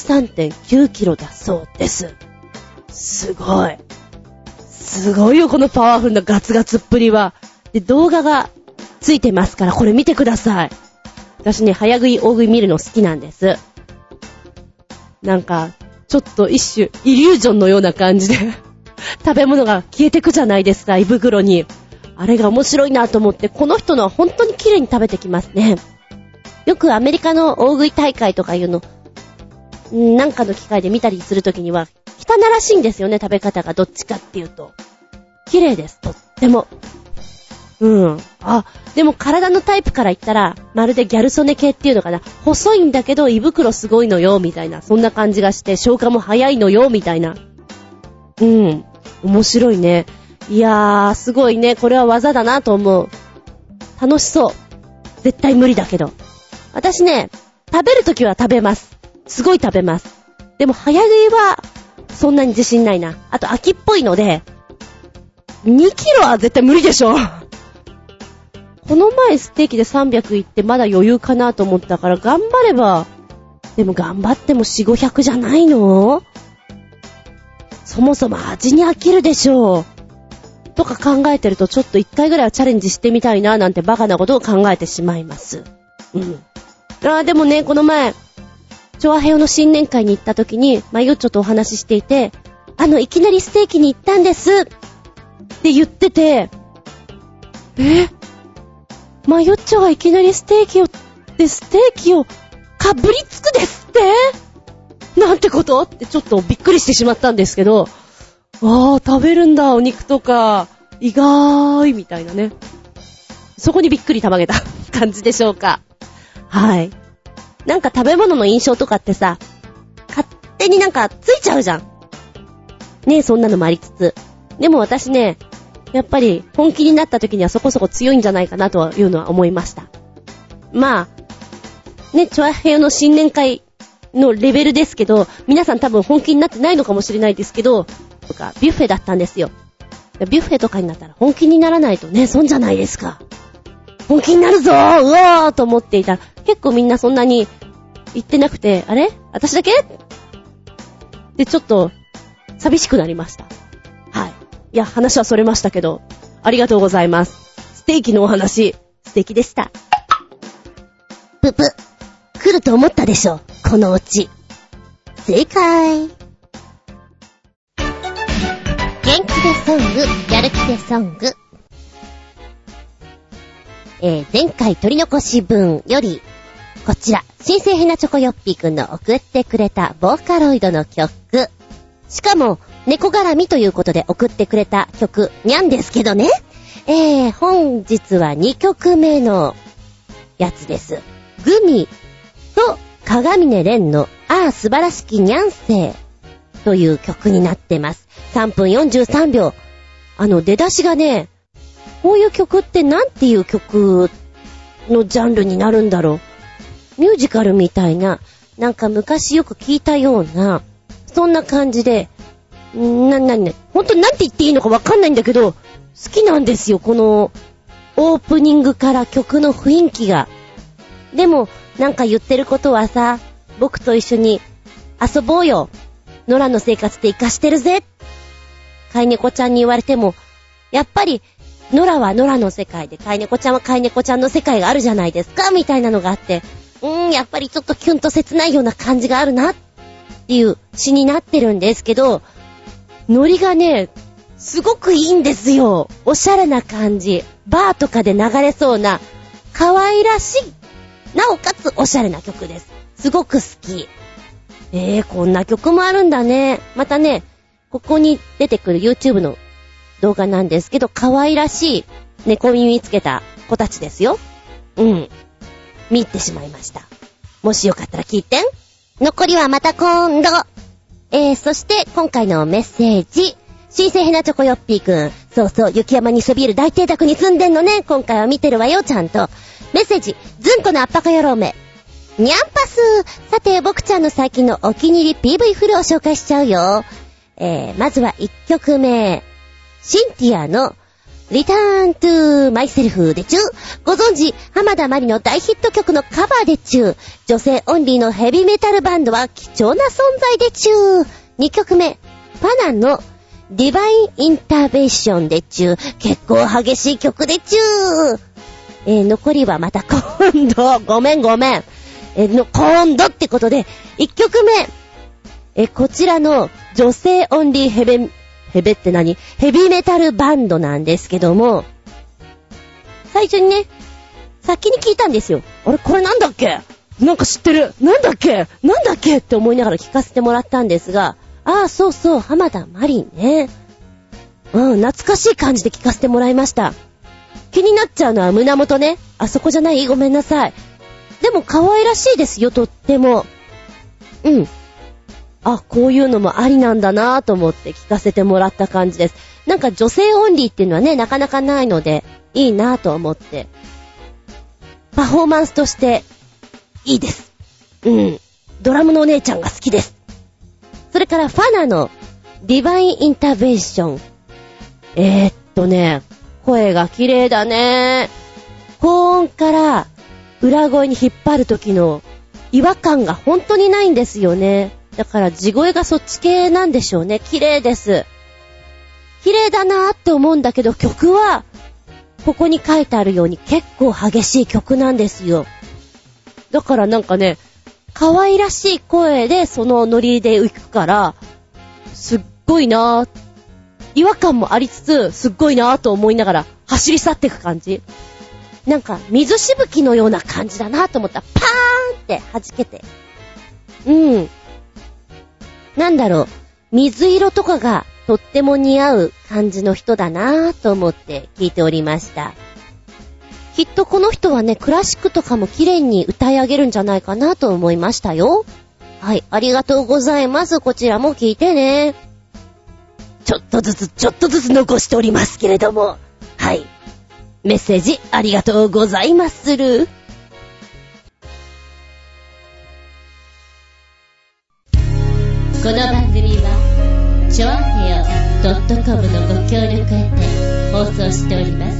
53.9 キロだそうです。すごい。すごいよ、このパワフルなガツガツっぷりは。で、動画がついてますから、これ見てください。私ね、早食い、大食い見るの好きなんです。なんか、ちょっと一種、イリュージョンのような感じで、食べ物が消えてくじゃないですか、胃袋に。あれが面白いなと思って、この人のは本当に綺麗に食べてきますね。よくアメリカの大食い大会とかいうの、なんかの機会で見たりするときには、汚らしいんですよね、食べ方がどっちかっていうと。綺麗です、とっても。でも体のタイプから言ったら、まるでギャル曽根系っていうのかな。細いんだけど胃袋すごいのよ、みたいな。そんな感じがして、消化も早いのよ、みたいな。面白いね。いやー、すごいね。これは技だなと思う。楽しそう。絶対無理だけど。私ね、食べるときは食べます。すごい食べます。でも早食いは、そんなに自信ないな。あと秋っぽいので、2キロは絶対無理でしょ。この前ステーキで300いってまだ余裕かなと思ったから頑張れば、でも頑張っても4、500じゃないの？ そもそも味に飽きるでしょう。とか考えてるとちょっと一回ぐらいはチャレンジしてみたいななんてバカなことを考えてしまいます。でもね、この前、チョアヘヨの新年会に行った時に、マユッチョとお話ししていて、いきなりステーキに行ったんですって言ってて、マユッチョがいきなりステーキをかぶりつくですってなんてことってちょっとびっくりしてしまったんですけど、食べるんだ、お肉とか、意外みたいなね。そこにびっくりたまげた感じでしょうか。はい。なんか食べ物の印象とかってさ、勝手になんかついちゃうじゃん。ねえ、そんなのもありつつ。でも私ね、やっぱり本気になった時にはそこそこ強いんじゃないかなというのは思いました。まあ、ね、チョアヘヨの新年会のレベルですけど、皆さん多分本気になってないのかもしれないですけど、とかビュッフェだったんですよ。ビュッフェとかになったら本気にならないとね、損じゃないですか。本気になるぞー、うわーと思っていたら、結構みんなそんなに言ってなくて、あれ？私だけ？で、ちょっと寂しくなりました。はい。いや、話はそれましたけど、ありがとうございます。ステーキのお話、素敵でした。ぷぷ、来ると思ったでしょ、このオチ。正解。元気でソング、やる気でソング。前回取り残し分より、こちら、新生ヘナチョコヨッピーくんの送ってくれたボーカロイドの曲。しかも、猫絡みということで送ってくれた曲、にゃんですけどね。本日は2曲目のやつです。グミと鏡音蓮の素晴らしきにゃんせいという曲になってます。3分43秒。出だしがね、こういう曲ってなんていう曲のジャンルになるんだろう。ミュージカルみたいな、なんか昔よく聞いたような、そんな感じで、本当になんて言っていいのかわかんないんだけど、好きなんですよ、このオープニングから曲の雰囲気が。でも、なんか言ってることはさ、僕と一緒に遊ぼうよ。ノラの生活で活かしてるぜ。飼い猫ちゃんに言われても、やっぱり、ノラはノラの世界で、飼い猫ちゃんは飼い猫ちゃんの世界があるじゃないですか、みたいなのがあって、やっぱりちょっとキュンと切ないような感じがあるな、っていう詩になってるんですけど、ノリがね、すごくいいんですよ。おしゃれな感じ。バーとかで流れそうな、可愛らしい、なおかつおしゃれな曲です。すごく好き。こんな曲もあるんだね。またね、ここに出てくる YouTube の動画なんですけど、可愛らしい猫耳つけた子たちですよ。見入ってしまいました。もしよかったら聞いてん。残りはまた今度。そして今回のメッセージ。新生ヘナチョコヨッピーくん。そうそう、雪山にそびえる大邸宅に住んでんのね。今回は見てるわよ、ちゃんと。メッセージ。ずんこのあっぱか野郎め。にゃんぱす。さて、僕ちゃんの最近のお気に入り PV フルを紹介しちゃうよ。まずは1曲目。シンティアのリターントゥーマイセルフでちゅ。ご存知、浜田まりの大ヒット曲のカバーでちゅ。女性オンリーのヘビーメタルバンドは貴重な存在でちゅ。2曲目、ファナのディバインインターベーションでちゅ。結構激しい曲でちゅ。残りはまた今度。ごめん。今度ってことで、1曲目。こちらの女性オンリーヘベって何？ヘビーメタルバンドなんですけども、最初にね、先に聞いたんですよ。あれこれなんだっけ？なんか知ってる。なんだっけって思いながら聞かせてもらったんですが、そうそう、浜田まりね。懐かしい感じで聞かせてもらいました。気になっちゃうのは胸元ね。そこじゃない？ごめんなさい。でも可愛らしいですよ、とっても。こういうのもありなんだなぁと思って聞かせてもらった感じです。なんか女性オンリーっていうのはね、なかなかないので、いいなぁと思って。パフォーマンスとして、いいです。ドラムのお姉ちゃんが好きです。それからファナのディバインインターベーション。声が綺麗だね。高音から裏声に引っ張る時の違和感が本当にないんですよね。 だから地声がそっち系なんでしょうね。綺麗です。綺麗だなーって思うんだけど、曲はここに書いてあるように結構激しい曲なんですよ。だからなんかね、可愛らしい声でそのノリで行くから、すっごいなー、違和感もありつつすっごいなーと思いながら走り去っていく感じ。なんか水しぶきのような感じだなと思ったらパーンって弾けて、なんだろう、水色とかがとっても似合う感じの人だなぁと思って聞いておりました。きっとこの人はね、クラシックとかも綺麗に歌い上げるんじゃないかなと思いましたよ。はい、ありがとうございます。こちらも聞いてね。ちょっとずつ残しておりますけれども、はい、メッセージありがとうございまする。 この番組はちょあへよ .com のご協力へて放送しております。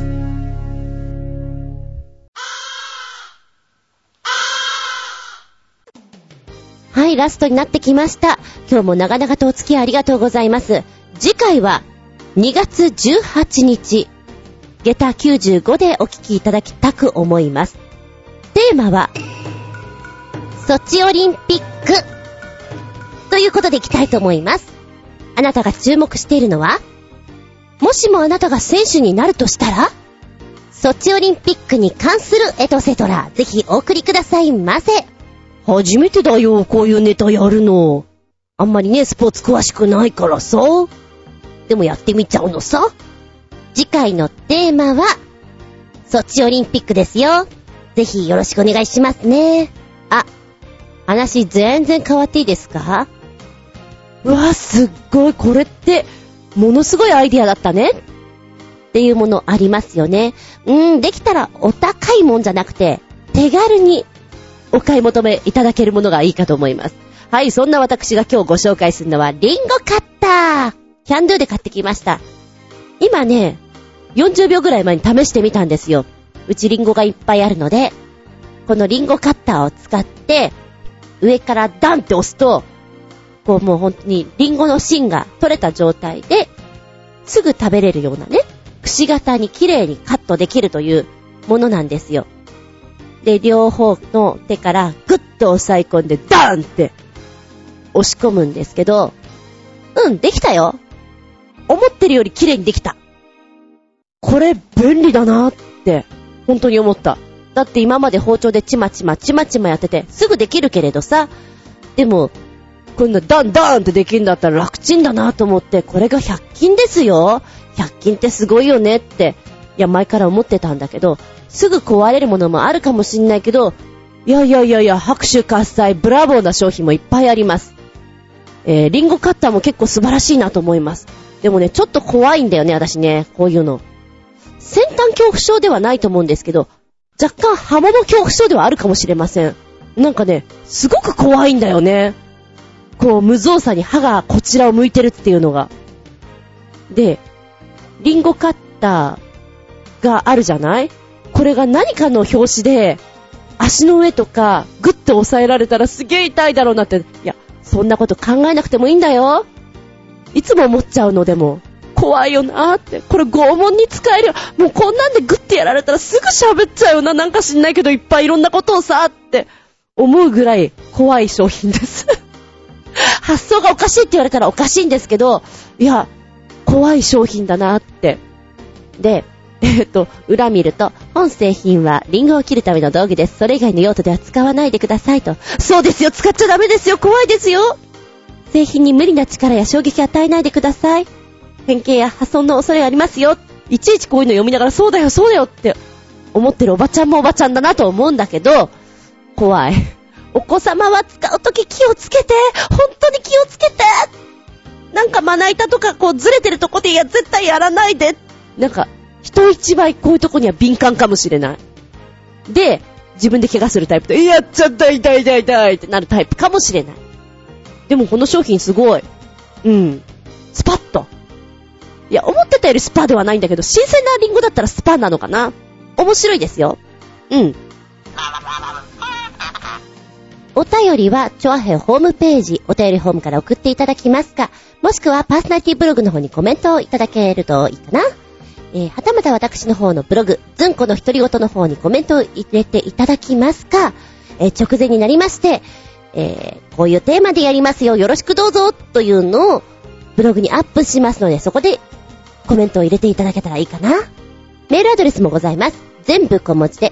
はい、ラストになってきました。今日も長々とお付き合いありがとうございます。次回は2月18日下駄95でお聞きいただきたく思います。テーマはソチオリンピックということでいきたいと思います。あなたが注目しているのは、もしもあなたが選手になるとしたら、ソチオリンピックに関するエトセトラ、ぜひお送りくださいませ。初めてだよ、こういうネタやるの。あんまりね、スポーツ詳しくないからさ。でもやってみちゃうのさ。次回のテーマはソチオリンピックですよ。ぜひよろしくお願いしますね。あ、話全然変わっていいですか？うわ、すっごい、これってものすごいアイディアだったねっていうものありますよね。できたらお高いもんじゃなくて手軽にお買い求めいただけるものがいいかと思います。はい、そんな私が今日ご紹介するのはリンゴカッター。キャンドゥで買ってきました。今ね、40秒ぐらい前に試してみたんですよ。うちリンゴがいっぱいあるので、このリンゴカッターを使って上からダンって押すと、こうもう本当にリンゴの芯が取れた状態ですぐ食べれるようなね、くし形に綺麗にカットできるというものなんですよ。で、両方の手からグッと押さえ込んでダーンって押し込むんですけど、できたよ。思ってるより綺麗にできた。これ便利だなって本当に思った。だって今まで包丁でチマチマやっててすぐできるけれどさ、でもこんなダンダンってできるんだったら楽ちんだなと思って、これが100均ですよ。100均ってすごいよねって、いや前から思ってたんだけど、すぐ壊れるものもあるかもしんないけど、いや拍手喝采ブラボーな商品もいっぱいあります。リンゴカッターも結構素晴らしいなと思います。でもね、ちょっと怖いんだよね、私ね、こういうの。先端恐怖症ではないと思うんですけど、若干刃物恐怖症ではあるかもしれません。なんかね、すごく怖いんだよね。こう無造作に刃がこちらを向いてるっていうのが。で、リンゴカッターがあるじゃない？これが何かの拍子で足の上とかグッと押さえられたらすげえ痛いだろうなって。いや、そんなこと考えなくてもいいんだよ。いつも思っちゃうのでも怖いよなーって。これ拷問に使えるよ。もうこんなんでグッてやられたらすぐ喋っちゃうよな。なんか知んないけどいっぱいいろんなことをさって思うぐらい怖い商品です発想がおかしいって言われたらおかしいんですけど、いや怖い商品だなって。で、裏見ると、本製品はリンゴを切るための道具です。それ以外の用途では使わないでくださいと。そうですよ、使っちゃダメですよ、怖いですよ。製品に無理な力や衝撃を与えないでください。変形や破損の恐れがありますよ。いちいちこういうの読みながらそうだよって思ってるおばちゃんもおばちゃんだなと思うんだけど、怖い。お子様は使うとき気をつけて、本当に気をつけて。なんかまな板とかこうずれてるとこで絶対やらないで。なんか人一倍こういうとこには敏感かもしれない。で、自分で怪我するタイプと、やっちゃった痛いってなるタイプかもしれない。でもこの商品すごい。スパッと。いや、思ってたよりスパではないんだけど、新鮮なリンゴだったらスパなのかな。面白いですよ。 お便りは、チョアヘホームページ、お便りフォームから送っていただきますか、もしくはパーソナリティブログの方にコメントをいただけるといいかな。はたまた私の方のブログ、ずんこの独り言の方にコメントを入れていただきますか、直前になりまして、こういうテーマでやりますよ、よろしくどうぞというのをブログにアップしますので、そこでコメントを入れていただけたらいいかな。メールアドレスもございます。全部小文字で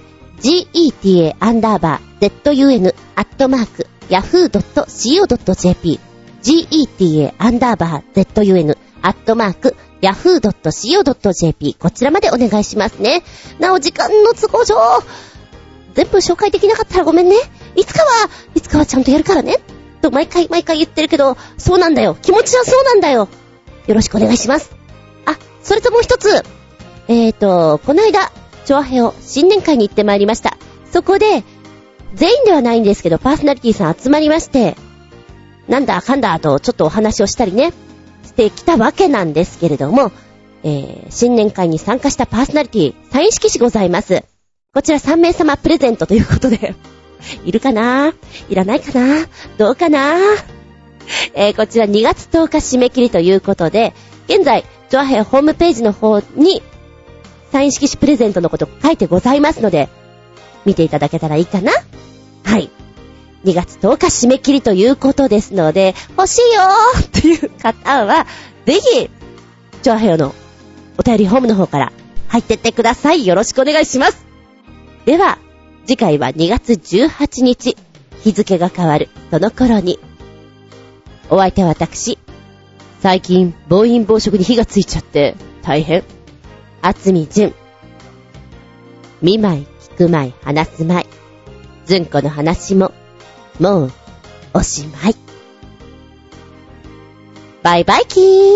geta_zun@yahoo.co.jp geta_zun@yahoo.co.jp こちらまでお願いしますね。なお時間の都合上全部紹介できなかったらごめんね。いつかはちゃんとやるからねと毎回言ってるけど、そうなんだよ、気持ちはそうなんだよ。よろしくお願いします。あ、それともう一つ、この間チョアヘオ新年会に行ってまいりました。そこで全員ではないんですけど、パーソナリティさん集まりまして、なんだかんだとちょっとお話をしたりねしてきたわけなんですけれども、新年会に参加したパーソナリティサイン色紙ございます。こちら3名様プレゼントということでいるかないらないかな、どうかな。こちら2月10日締め切りということで、現在チョアヘオホームページの方にサイン色紙プレゼントのこと書いてございますので、見ていただけたらいいかな。はい、2月10日締め切りということですので、欲しいよーっていう方はぜひチョアヘオのお便りホームの方から入ってってください。よろしくお願いします。では次回は2月18日、日付が変わるその頃に。お相手は私、最近暴飲暴食に火がついちゃって大変、厚見純。見舞い聞く舞い話す舞い、ずんこの話ももうおしまい。バイバイキー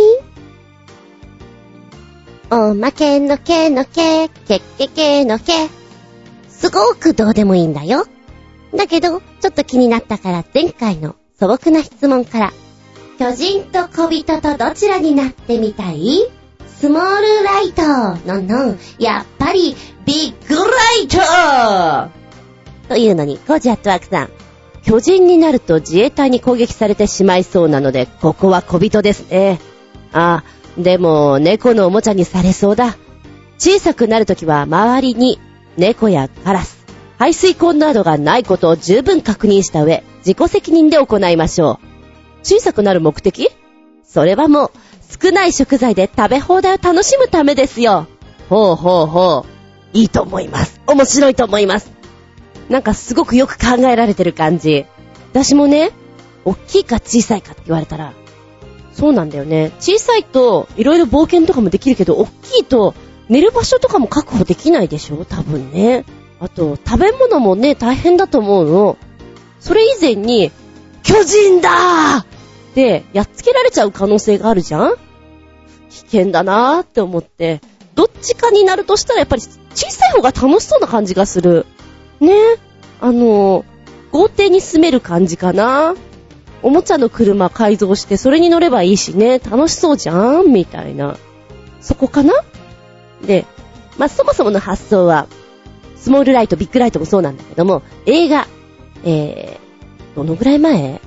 ン。おまけのけのけ、けっけけのけ。すごくどうでもいいんだよ。だけどちょっと気になったから前回の素朴な質問から、巨人と小人とどちらになってみたい？スモールライトのやっぱりビッグライトというのに、コージアットワークさん、巨人になると自衛隊に攻撃されてしまいそうなので、ここは小人ですね。あ、でも猫のおもちゃにされそうだ。小さくなるときは周りに猫やカラス、排水口などがないことを十分確認した上、自己責任で行いましょう。小さくなる目的？それはもう少ない食材で食べ放題を楽しむためですよ。ほう。いいと思います。面白いと思います。なんかすごくよく考えられてる感じ。私もね、大きいか小さいかって言われたら、そうなんだよね。小さいといろいろ冒険とかもできるけど、大きいと寝る場所とかも確保できないでしょ、多分ね。あと食べ物もね、大変だと思うの。それ以前に巨人だーでやっつけられちゃう可能性があるじゃん。危険だなーって思って、どっちかになるとしたらやっぱり小さい方が楽しそうな感じがするね。豪邸に住める感じかな。おもちゃの車改造してそれに乗ればいいしね、楽しそうじゃんみたいな、そこかな。で、そもそもの発想はスモールライトビッグライトもそうなんだけども、映画どのぐらい前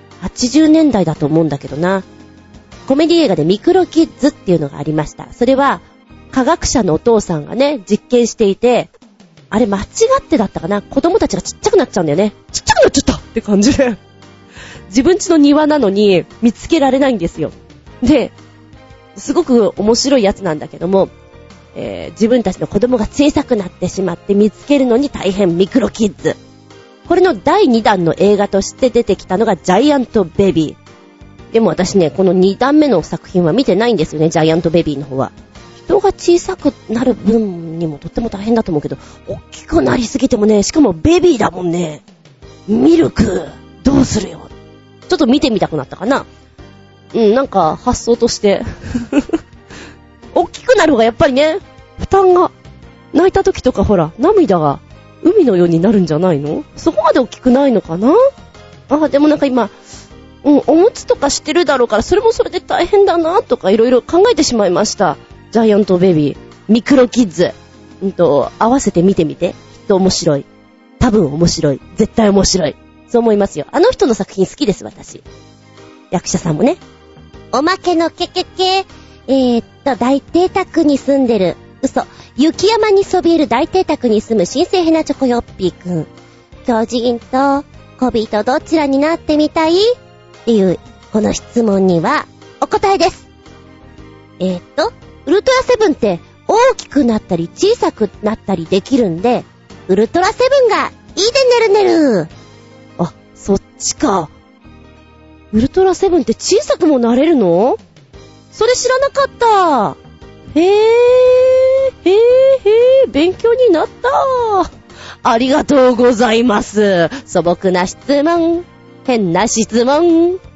？80年代だと思うんだけどな。コメディ映画でミクロキッズっていうのがありました。それは科学者のお父さんがね、実験していて、あれ間違ってだったかな、子供たちがちっちゃくなっちゃうんだよね。ちっちゃくなっちゃったって感じで自分家の庭なのに見つけられないんですよ。で、すごく面白いやつなんだけども、自分たちの子供が小さくなってしまって見つけるのに大変、ミクロキッズ。これの第2弾の映画として出てきたのがジャイアントベビー。でも私ね、この2弾目の作品は見てないんですよね、ジャイアントベビーの方は。人が小さくなる分にもとっても大変だと思うけど、大きくなりすぎてもね、しかもベビーだもんね。ミルクどうするよ。ちょっと見てみたくなったかな。なんか発想として大きくなる方がやっぱりね、負担が、泣いた時とかほら涙が海のようになるんじゃないの？そこまで大きくないのかな。でもなんか今、おむつとかしてるだろうから、それもそれで大変だなとかいろいろ考えてしまいました。ジャイアントベビー、ミクロキッズ、合わせて見てみて。きっと面白い。多分面白い。絶対面白い。 そう思いますよ。あの人の作品好きです、私。役者さんもね。 おまけのけけけ。大邸宅に住んでる。嘘。雪山にそびえる大邸宅に住む新生ヘナチョコヨッピーくん。巨人と小人どちらになってみたいっていう、この質問には、お答えです。 ウルトラセブンって大きくなったり小さくなったりできるんで、 ウルトラセブンがいいでねるねる。 あ、そっちか。ウルトラセブンって小さくもなれるの？それ知らなかった。勉強になった。ありがとうございます。素朴な質問。変な質問。